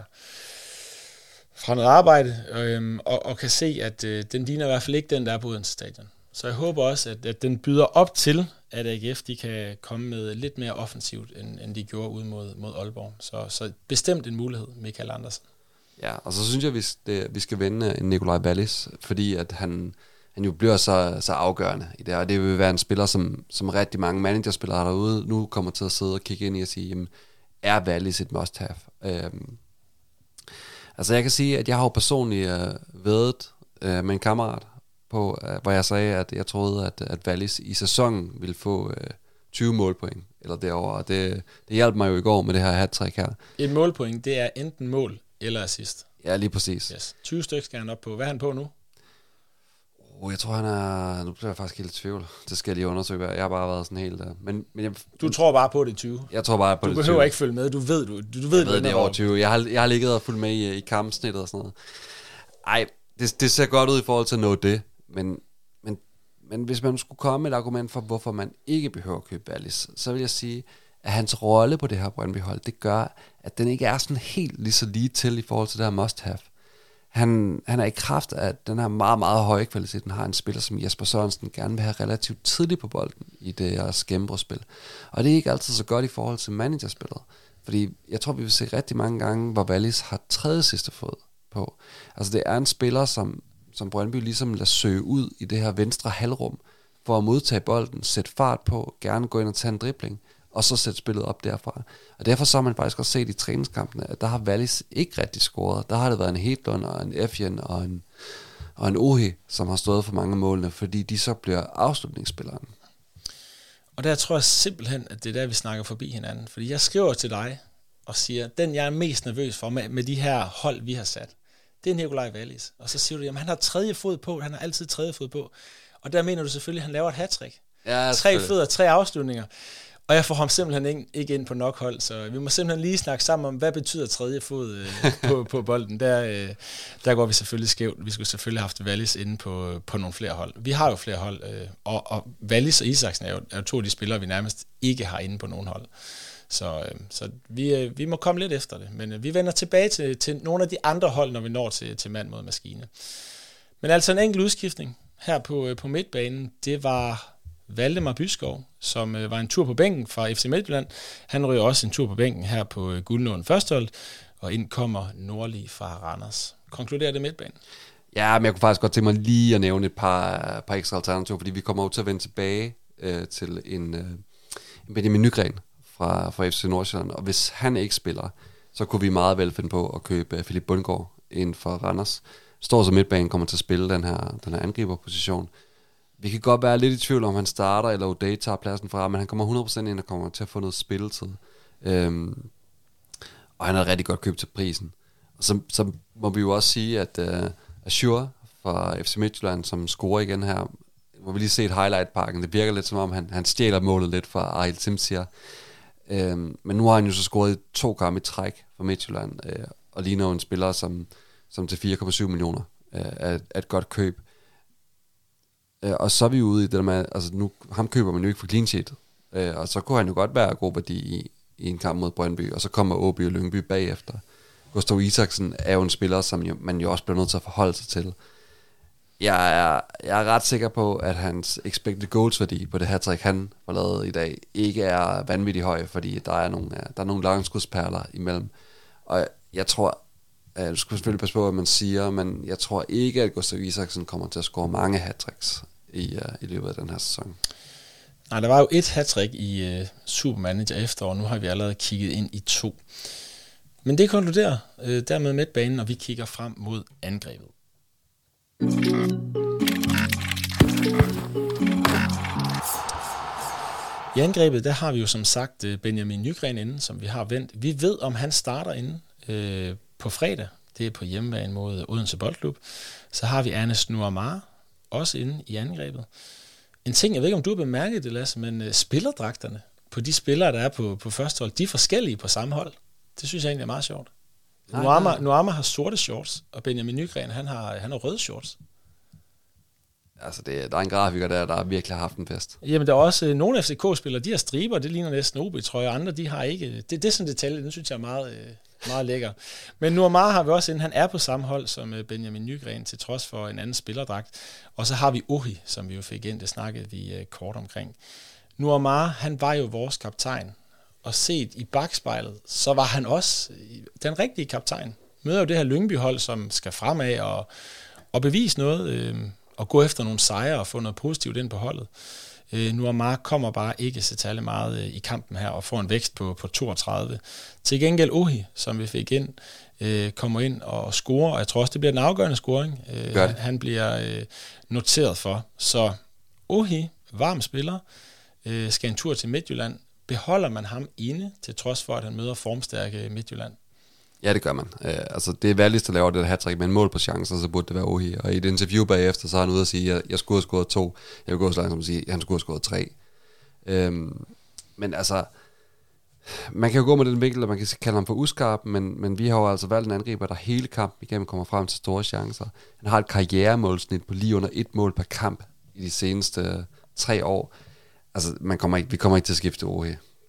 S1: fra noget arbejde, øh, og, og kan se, at øh, den ligner i hvert fald ikke den, der er på Odense Stadion. Så jeg håber også, at, at den byder op til, at A G F de kan komme med lidt mere offensivt, end, end de gjorde ud mod, mod Aalborg. Så, så bestemt en mulighed, Michael Andersen.
S2: Ja, og så synes jeg, vi, det, vi skal vende en Nikolaj Wallis, fordi at han, han jo bliver så, så afgørende i det, og det vil være en spiller, som, som rigtig mange managerspillere derude nu kommer til at sidde og kigge ind i og sige, jamen, er Wallis et must-have? Øhm, altså jeg kan sige, at jeg har jo personligt øh, væddet øh, med en kammerat, på, hvor jeg sagde, at jeg troede, at, at Wallis i sæsonen ville få øh, tyve målpoint, eller derovre, og det, det hjalp mig jo i går med det her hat-trick her.
S1: Et målpoint, det er enten mål eller assist.
S2: Ja, lige præcis.
S1: Yes. tyve stykker skal han op på. Hvad er han på nu?
S2: Oh, jeg tror, han er... Nu bliver jeg faktisk helt i tvivl. Det skal jeg lige undersøge. Jeg har bare været sådan helt... Men, men jeg,
S1: du tror bare på det tyve?
S2: Jeg tror bare på
S1: du
S2: det tyve.
S1: Du behøver ikke følge med. Du ved, du, du ved,
S2: jeg ved det er over tyve. Jeg har, jeg har ligget og fulgt med i, i kampsnittet og sådan noget. Ej, det, det ser godt ud i forhold til at nå det. Men, men, men hvis man skulle komme med et argument for, hvorfor man ikke behøver at købe Wallis, så vil jeg sige, at hans rolle på det her Brøndby-hold, det gør, at den ikke er sådan helt lige så lige til i forhold til det her must-have. Han, han er i kraft af den her meget, meget høje kvalitet. Den har en spiller, som Jesper Sørensen gerne vil have relativt tidligt på bolden i det her gennembrudsspil. Og det er ikke altid så godt i forhold til managerspillet. Fordi jeg tror, vi vil se rigtig mange gange, hvor Wallis har tredje sidste fod på. Altså det er en spiller, som som Brøndby ligesom lader søge ud i det her venstre halvrum, for at modtage bolden, sætte fart på, gerne gå ind og tage en dribling, og så sætte spillet op derfra. Og derfor så har man faktisk også set i træningskampene, at der har Wallis ikke rigtig scoret. Der har det været en Hedlund og en Evian og en, og en Ohi, som har stået for mange målene, fordi de så bliver afslutningsspilleren.
S1: Og der tror jeg simpelthen, at det er der, vi snakker forbi hinanden. Fordi jeg skriver til dig og siger, den jeg er mest nervøs for med, med de her hold, vi har sat, det er Nikolaj Wallis. Og så siger du, jamen han har tredje fod på, han har altid tredje fod på. Og der mener du selvfølgelig, at han laver et hat-trick.
S2: Ja,
S1: tre fødder, tre afslutninger. Og jeg får ham simpelthen ikke ind på nok hold, så vi må simpelthen lige snakke sammen om, hvad betyder tredje fod øh, på, på bolden. Der, øh, der går vi selvfølgelig skævt. Vi skulle selvfølgelig have haft Wallis inde på, på nogle flere hold. Vi har jo flere hold, øh, og, og Wallis og Isaksen er jo, er jo to af de spillere, vi nærmest ikke har inde på nogen hold. Så, øh, så vi, øh, vi må komme lidt efter det. Men øh, vi vender tilbage til, til nogle af de andre hold, når vi når til, til mand mod maskine. Men altså en enkelt udskiftning her på, øh, på midtbanen, det var Valdemar Byskov, som øh, var en tur på bænken fra F C Midtjylland. Han ryger også en tur på bænken her på øh, Guldnåen førstehold, og ind kommer Nordli fra Randers. Konkluderer det midtbanen?
S2: Ja, men jeg kunne faktisk godt tænke mig lige at nævne et par, par ekstra alternativer, fordi vi kommer jo til at vende tilbage øh, til en, øh, en Benjamin Nygren fra, fra F C Nordsjælland, og hvis han ikke spiller, så kunne vi meget vel finde på at købe Philip Bundgaard ind for Randers. Står så midtbanen kommer til at spille den her, den her angriberposition. Vi kan godt være lidt i tvivl om han starter, eller O'Day tager pladsen fra, men han kommer hundrede procent ind og kommer til at få noget spilletid. Øhm, og han har rigtig godt købt til prisen. Og så, så må vi jo også sige, at uh, Azure fra F C Midtjylland, som scorer igen her, må vi lige se et highlight-pakken. Det virker lidt som om, han, han stjæler målet lidt fra Ariel Timsier. Øhm, men nu har han jo så scoret to kampe i træk for Midtjylland, øh, og ligner jo en spiller, som, som til fire komma syv millioner øh, er, er et godt køb. Øh, og så er vi ude i det der med, altså nu, ham køber man jo ikke for clean sheet, øh, og så kunne han jo godt være god værdi i, i en kamp mod Brøndby, og så kommer Åby og Lyngby bagefter. Gustav Isaksen er jo en spiller, som jo, man jo også bliver nødt til at forholde sig til. Jeg er, jeg er ret sikker på, at hans expected goals værdi på det her trick, han har lavet i dag, ikke er vanvittigt høj, fordi der er nogle, der er nogle langskudsperler imellem. Og jeg tror, at du skal selvfølgelig passe på, hvad man siger, men jeg tror ikke, at Gustav Isaksen kommer til at score mange hat-tricks i, uh, i løbet af den her sæson.
S1: Nej, der var jo et hat-trick i uh, Supermanager efterår, nu har vi allerede kigget ind i to. Men det konkluderer uh, dermed midtbanen, og vi kigger frem mod angrebet. I angrebet, der har vi jo som sagt Benjamin Nygren inde, som vi har vendt. Vi ved, om han starter inde øh, på fredag. Det er på hjemmebane mod Odense Boldklub. Så har vi Ernest Nuamar også inde i angrebet. En ting, jeg ved ikke, om du har bemærket det, Lasse, men øh, spillerdragterne på de spillere, der er på, på første hold, de er forskellige på samme hold. Det synes jeg egentlig er meget sjovt. Nuamar, Nuamar har sorte shorts, og Benjamin Nygren, han har, han har røde shorts.
S2: Altså, det, der er en grafiker der, der virkelig har haft en fest.
S1: Jamen, der er også øh, nogle F C K-spillere, de har striber, det ligner næsten O B-trøje, og andre, de har ikke. Det, det er sådan en detalje, den synes jeg er meget, øh, meget lækker. Men Nuamar har vi også inden, han er på samme hold som øh, Benjamin Nygren, til trods for en anden spillerdragt. Og så har vi Ohi, som vi jo fik ind, det snakkede vi øh, kort omkring. Nuamar, han var jo vores kaptajn, og set i bagspejlet, så var han også den rigtige kaptajn. Møder jo det her Lyngby-hold, som skal fremad og, og bevise noget, øh, og gå efter nogle sejre og få noget positivt ind på holdet. Øh, Nuamar kommer bare ikke så tale meget øh, i kampen her, og får en vækst på, på toogtredive. Til gengæld Ohi, som vi fik ind, øh, kommer ind og scorer, og jeg tror også, det bliver den afgørende scoring, øh, han bliver øh, noteret for. Så Ohi, varm spiller, øh, skal en tur til Midtjylland. Beholder man ham inde, til trods for, at han møder formstærke Midtjylland?
S2: Ja, det gør man. Uh, altså, det er valgligst at lave det hat-trick med en mål på chancer, så burde det være Ohi. Og i et interview bagefter, så er han ude at sige, at jeg, jeg skulle have scoret to. Jeg vil gå så langt som at sige, at han skulle have scoret tre. Um, men altså, man kan jo gå med den vinkel, at man kan kalde ham for uskarp, men, men vi har jo altså valgt en angriber, der hele kampen igennem kommer frem til store chancer. Han har et karrieremålsnit på lige under et mål per kamp i de seneste tre år. Altså, man kommer ikke, vi kommer ikke til at skifte Ohi.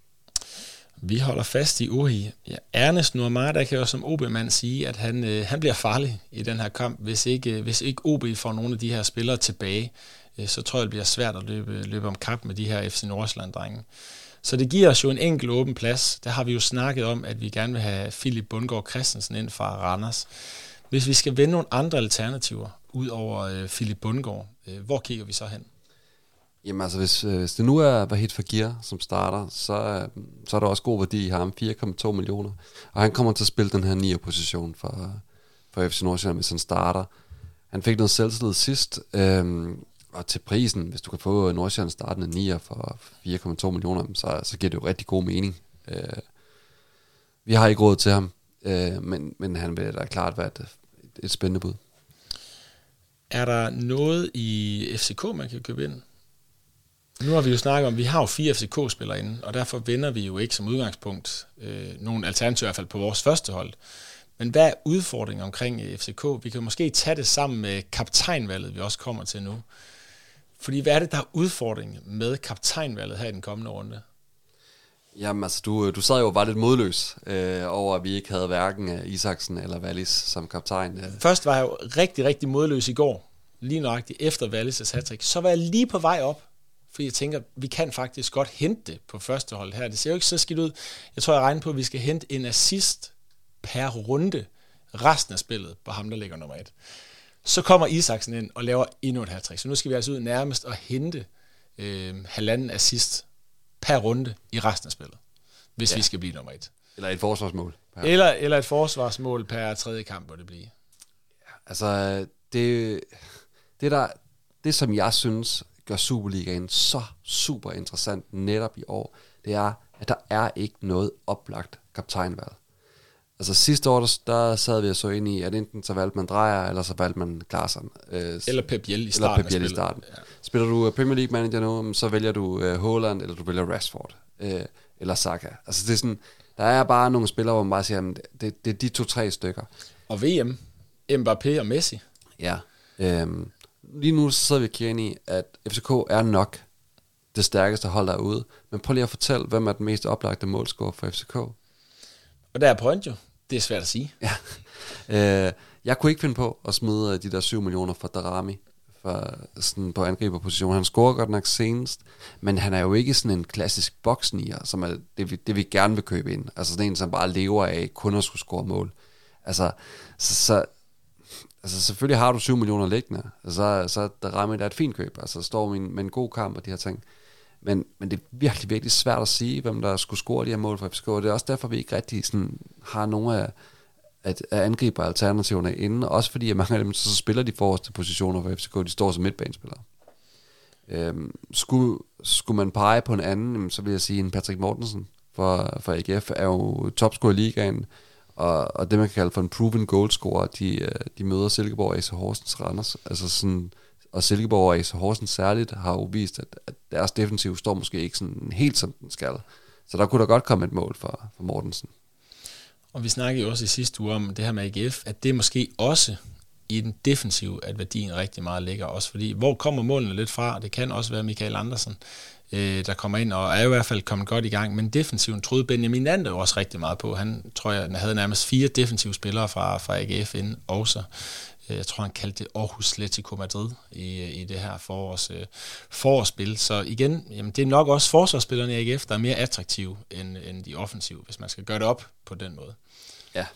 S1: Vi holder fast i Ohi. Ja, Ernest Nuamar, der kan jo som O B-mand sige, at han, øh, han bliver farlig i den her kamp. Hvis ikke, hvis ikke O B får nogle af de her spillere tilbage, øh, så tror jeg, det bliver svært at løbe, løbe om kap med de her F C Nordsjælland-drenge. Så det giver os jo en enkelt åben plads. Der har vi jo snakket om, at vi gerne vil have Philip Bundgaard Christensen ind fra Randers. Hvis vi skal vende nogle andre alternativer ud over øh, Philip Bundgaard, øh, hvor kigger vi så hen?
S2: Jamen altså, hvis, hvis det nu er Vahid Fagir, som starter, så, så er der også god værdi i ham, fire komma to millioner. Og han kommer til at spille den her nier-position for, for F C Nordsjælland, hvis han starter. Han fik noget selvtillid sidst, øhm, og til prisen, hvis du kan få Nordsjælland startende nier for fire komma to millioner, så, så giver det jo rigtig god mening. Øh, vi har ikke råd til ham, øh, men, men han vil da klart være et, et spændende bud.
S1: Er der noget i F C K, man kan købe ind? Nu har vi jo snakket om, at vi har jo fire F C K-spillere inde, og derfor vender vi jo ikke som udgangspunkt øh, nogle alternativer, i hvert fald på vores første hold. Men hvad er udfordringen omkring F C K? Vi kan måske tage det sammen med kaptajnvalget, vi også kommer til nu. Fordi hvad er det, der er udfordringen med kaptajnvalget her i den kommende runde?
S2: Jamen altså, du, du sad jo bare lidt modløs øh, over, at vi ikke havde hverken Isaksen eller Wallis som kaptajn.
S1: Først var jeg jo rigtig, rigtig modløs i går, lige nøjagtigt efter Wallis' hattrick. Så var jeg lige på vej op, fordi jeg tænker, vi kan faktisk godt hente det på første hold her. Det ser jo ikke så skidt ud. Jeg tror, jeg regner på, at vi skal hente en assist per runde resten af spillet på ham, der ligger nummer et. Så kommer Isaksen ind og laver endnu et hattrick. Så nu skal vi altså ud nærmest og hente øh, halvanden assist per runde i resten af spillet, hvis ja. vi skal blive nummer et.
S2: Eller et forsvarsmål.
S1: Eller, eller et forsvarsmål per tredje kamp, hvor det bliver.
S2: Ja, altså, det, det, der, det som jeg synes gør Superligaen så super interessant netop i år, det er, at der er ikke noget oplagt kaptajnvalg. Altså sidste år, der, der sad vi og så ind i, at enten så valgte man Dreyer, eller så valgte man Klaassen. Øh,
S1: eller Pep Biel i starten.
S2: Eller Pep Biel i starten. Ja. Spiller du Premier League manager nu, så vælger du uh, Haaland, eller du vælger Rashford, øh, eller Saka. Altså det er sådan, der er bare nogle spillere, hvor man bare siger, at det, det er de to-tre stykker.
S1: Og V M. Mbappé og Messi.
S2: Ja. Øhm, lige nu så sidder vi og kigger ind i, at F C K er nok det stærkeste hold derude. Men prøv lige at fortælle, hvem er den mest oplagte målscorer for F C K?
S1: Og der er point jo. Det er svært at sige.
S2: Ja. Øh, jeg kunne ikke finde på at smide de der syv millioner for Darami for, sådan på angriberposition. Han scorer godt nok senest, men han er jo ikke sådan en klassisk boksnier, som er det, vi, det vi gerne vil købe ind. Altså sådan en, som bare lever af kun at skulle score mål. Altså, så, så altså selvfølgelig har du syv millioner liggende, og så, så Darami er et fint køb. Altså står med en, med en god kamp og de her ting. Men, men det er virkelig, virkelig svært at sige, hvem der skulle score de her mål for F C K. Og det er også derfor, vi ikke rigtig sådan, har nogle af, at, at angribe alternativerne inde. Også fordi, at mange af dem, så, så spiller de forreste positioner for F C K. De står som midtbanespillere. Øhm, skulle, skulle man pege på en anden, så vil jeg sige, en Patrick Mortensen for, for A G F er jo topscorer i ligaen. Og, og det, man kan kalde for en proven goalscorer, de, de møder Silkeborg og A C Horsens Randers. Altså sådan... Og Silkeborg og A C Horsens særligt har jo vist, at, at deres defensiv står måske ikke sådan helt som den skal. Så der kunne der godt komme et mål for, for Mortensen.
S1: Og vi snakkede jo også i sidste uge om det her med A G F, at det måske også i den defensive, at værdien rigtig meget ligger. Også fordi, hvor kommer målene lidt fra? Det kan også være Michael Andersen, øh, der kommer ind og er i hvert fald kommet godt i gang. Men defensiven troede Benjamin Ander jo også rigtig meget på. Han tror jeg, han havde nærmest fire defensive spillere fra, fra A G F inden også. Jeg tror, han kaldte det Aarhus Atletico Madrid i, i det her forårs, øh, forårsspil. Så igen, jamen, det er nok også forsvarsspillerne i A G F, der er mere attraktive end, end de offensive, hvis man skal gøre det op på den måde.
S2: Ja.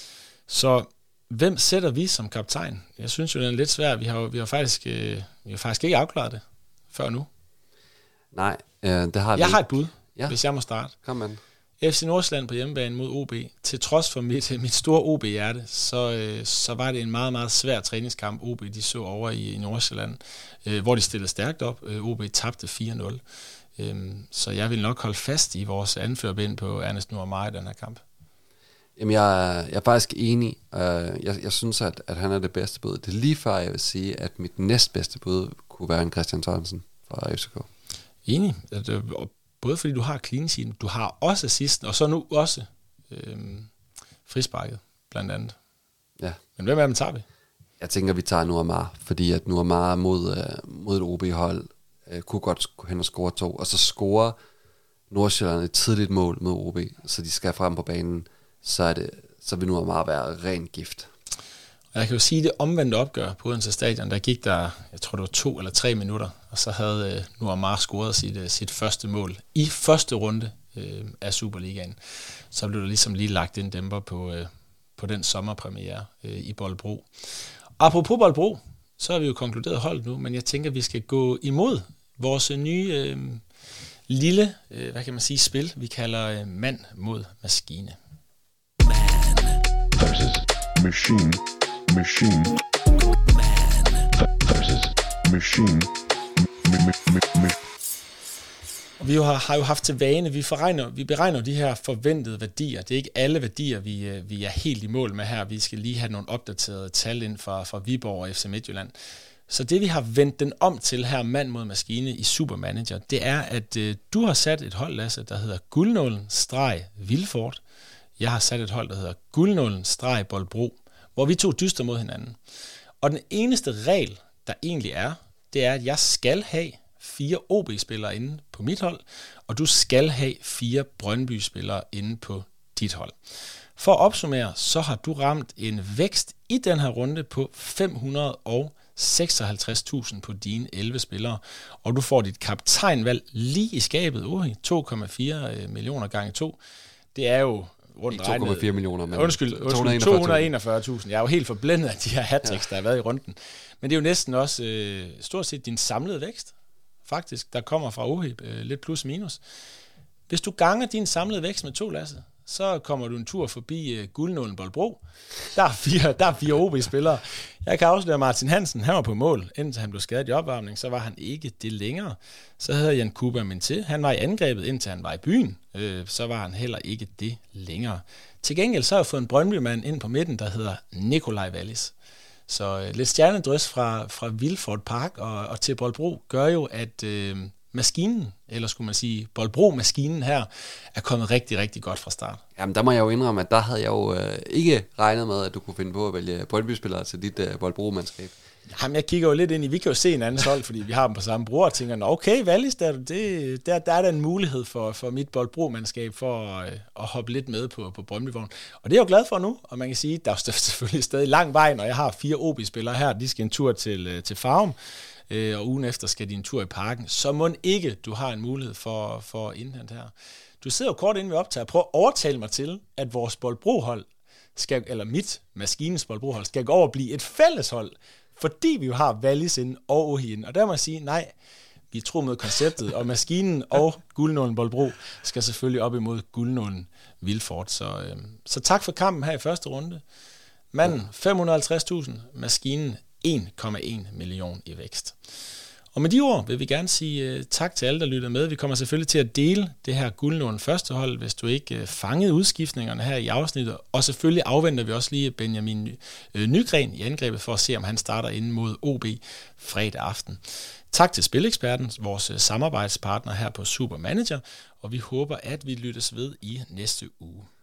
S1: Så hvem sætter vi som kaptajn? Jeg synes jo, det er lidt svært. Vi har, vi har, faktisk, øh, vi har faktisk ikke afklaret det før nu.
S2: Nej, øh, det har vi
S1: Jeg
S2: ikke.
S1: har et bud,
S2: Ja.
S1: hvis jeg må starte.
S2: Kom man.
S1: F C Nordsjælland på hjemmebane mod O B. Til trods for mit, mit store O B-hjerte, så, øh, så var det en meget, meget svær træningskamp, O B de så over i, i Nordsjælland, øh, hvor de stillede stærkt op. Øh, O B tabte fire nul. Øh, så jeg vil nok holde fast i vores anførerbind på Ernest Nuamar i den her kamp.
S2: Jamen, jeg, jeg er faktisk enig. Uh, jeg, jeg synes, at, at han er det bedste bud. Det er lige før, jeg vil sige, at mit næstbedste bud kunne være en Christian Sørensen fra F C K.
S1: Enig. At, øh, både fordi du har clean sheet, du har også assisten, og så nu også øh, frisparket, blandt andet.
S2: Ja.
S1: Men hvem af dem tager vi?
S2: Jeg tænker, vi tager Nuamar, fordi at Nuamar mod, uh, mod et O B-hold uh, kunne godt hen og score to, og så scorer Nordsjælland et tidligt mål mod O B, så de skal frem på banen, så, er det, så vil Nuamar være ren gift.
S1: Og jeg kan jo sige, det omvendte opgør på Odense Stadion, der gik der, jeg tror det var to eller tre minutter, og så havde uh, Nuamar scoret sit, uh, sit første mål i første runde uh, af Superligaen. Så blev der ligesom lige lagt en dæmper på, uh, på den sommerpremiere uh, i Bolbro. Apropos Bolbro, så har vi jo konkluderet holdet nu, men jeg tænker, vi skal gå imod vores nye uh, lille, uh, hvad kan man sige, spil, vi kalder uh, mand mod maskine.
S3: Man versus machine. Machine. Man versus machine.
S1: Og vi jo har, har jo haft til vane, vi, forregner, vi beregner de her forventede værdier. Det er ikke alle værdier, vi, vi er helt i mål med her. Vi skal lige have nogle opdaterede tal ind fra, fra Viborg og F C Midtjylland. Så det vi har vendt den om til her, mand mod maskine i Supermanager, det er, at øh, du har sat et hold, Lasse, der hedder Guldnålen streg Vilfort. Jeg har sat et hold, der hedder Guldnålen streg Bolbro, hvor vi to dyster mod hinanden. Og den eneste regel, der egentlig er, det er, at jeg skal have fire O B-spillere inde på mit hold, og du skal have fire Brøndby-spillere inde på dit hold. For at opsummere, så har du ramt en vækst i den her runde på fem hundrede og seksoghalvtreds tusind på dine elleve spillere, og du får dit kaptajnvalg lige i skabet. Ui, to komma fire millioner gange to. Det er jo rundt regnet.
S2: to komma fire millioner, men
S1: undskyld, undskyld to hundrede og enogfyrre tusind. Jeg er jo helt forblændet af de her hat-tricks, ja, der har været i runden. Men det er jo næsten også øh, stort set din samlede vækst, faktisk, der kommer fra O H I B, øh, lidt plus minus. Hvis du ganger din samlede vækst med to, Lasse, så kommer du en tur forbi øh, Guldnålen Bolbro. Der er fire, der er fire O B-spillere. Jeg kan afsløre Martin Hansen, han var på mål, indtil han blev skadet i opvarmning, så var han ikke det længere. Så havde Jan Kuba Minté, han var i angrebet, indtil han var i byen, øh, så var han heller ikke det længere. Til gengæld så har jeg fået en Brøndby-mand ind på midten, der hedder Nikolaj Wallis. Så øh, lidt stjernedrys fra, fra Vilfort Park og, og til Bolbro gør jo, at, øh, maskinen, eller skulle man sige Bolbro-maskinen her, er kommet rigtig, rigtig godt fra start.
S2: Jamen, der må jeg jo indrømme, at der havde jeg jo øh, ikke regnet med, at du kunne finde på at vælge Brøndby-spillere til dit øh, Bolbro-mandskab.
S1: Jamen, jeg kigger jo lidt ind i, vi kan jo se en anden hold, fordi vi har dem på samme bruger, og tænker, okay, Wallis, der, det, der, der er der en mulighed for, for mit Bolbro-mandskab for at, at hoppe lidt med på, på Brøndby-vognen. Og det er jeg jo glad for nu, og man kan sige, der er selvfølgelig stadig lang vej, når jeg har fire O B-spillere her, de skal en tur til, til Farum, og ugen efter skal de en tur i Parken, så må ikke du har en mulighed for, for at indhente her. Du sidder jo kort inden vi optager, prøv at overtale mig til, at vores Bolbro-hold, skal, eller mit maskinens Bolbro-hold, skal gå over og blive et fælleshold, fordi vi jo har Wallis inden og Ohi inden. Og der må jeg sige, nej, vi tror med konceptet, og maskinen og guldnålen Bolbro skal selvfølgelig op imod guldnålen Vilfort. Så, øh, så tak for kampen her i første runde. Manden, fem hundrede og halvtreds tusind, maskinen en komma en million i vækst. Og med de ord vil vi gerne sige uh, tak til alle, der lytter med. Vi kommer selvfølgelig til at dele det her guldnålen første hold, hvis du ikke uh, fangede udskiftningerne her i afsnittet. Og selvfølgelig afventer vi også lige Benjamin uh, Nygren i angrebet for at se, om han starter inden mod O B fredag aften. Tak til Spileksperten, vores uh, samarbejdspartner her på Super Manager, og vi håber, at vi lyttes ved i næste uge.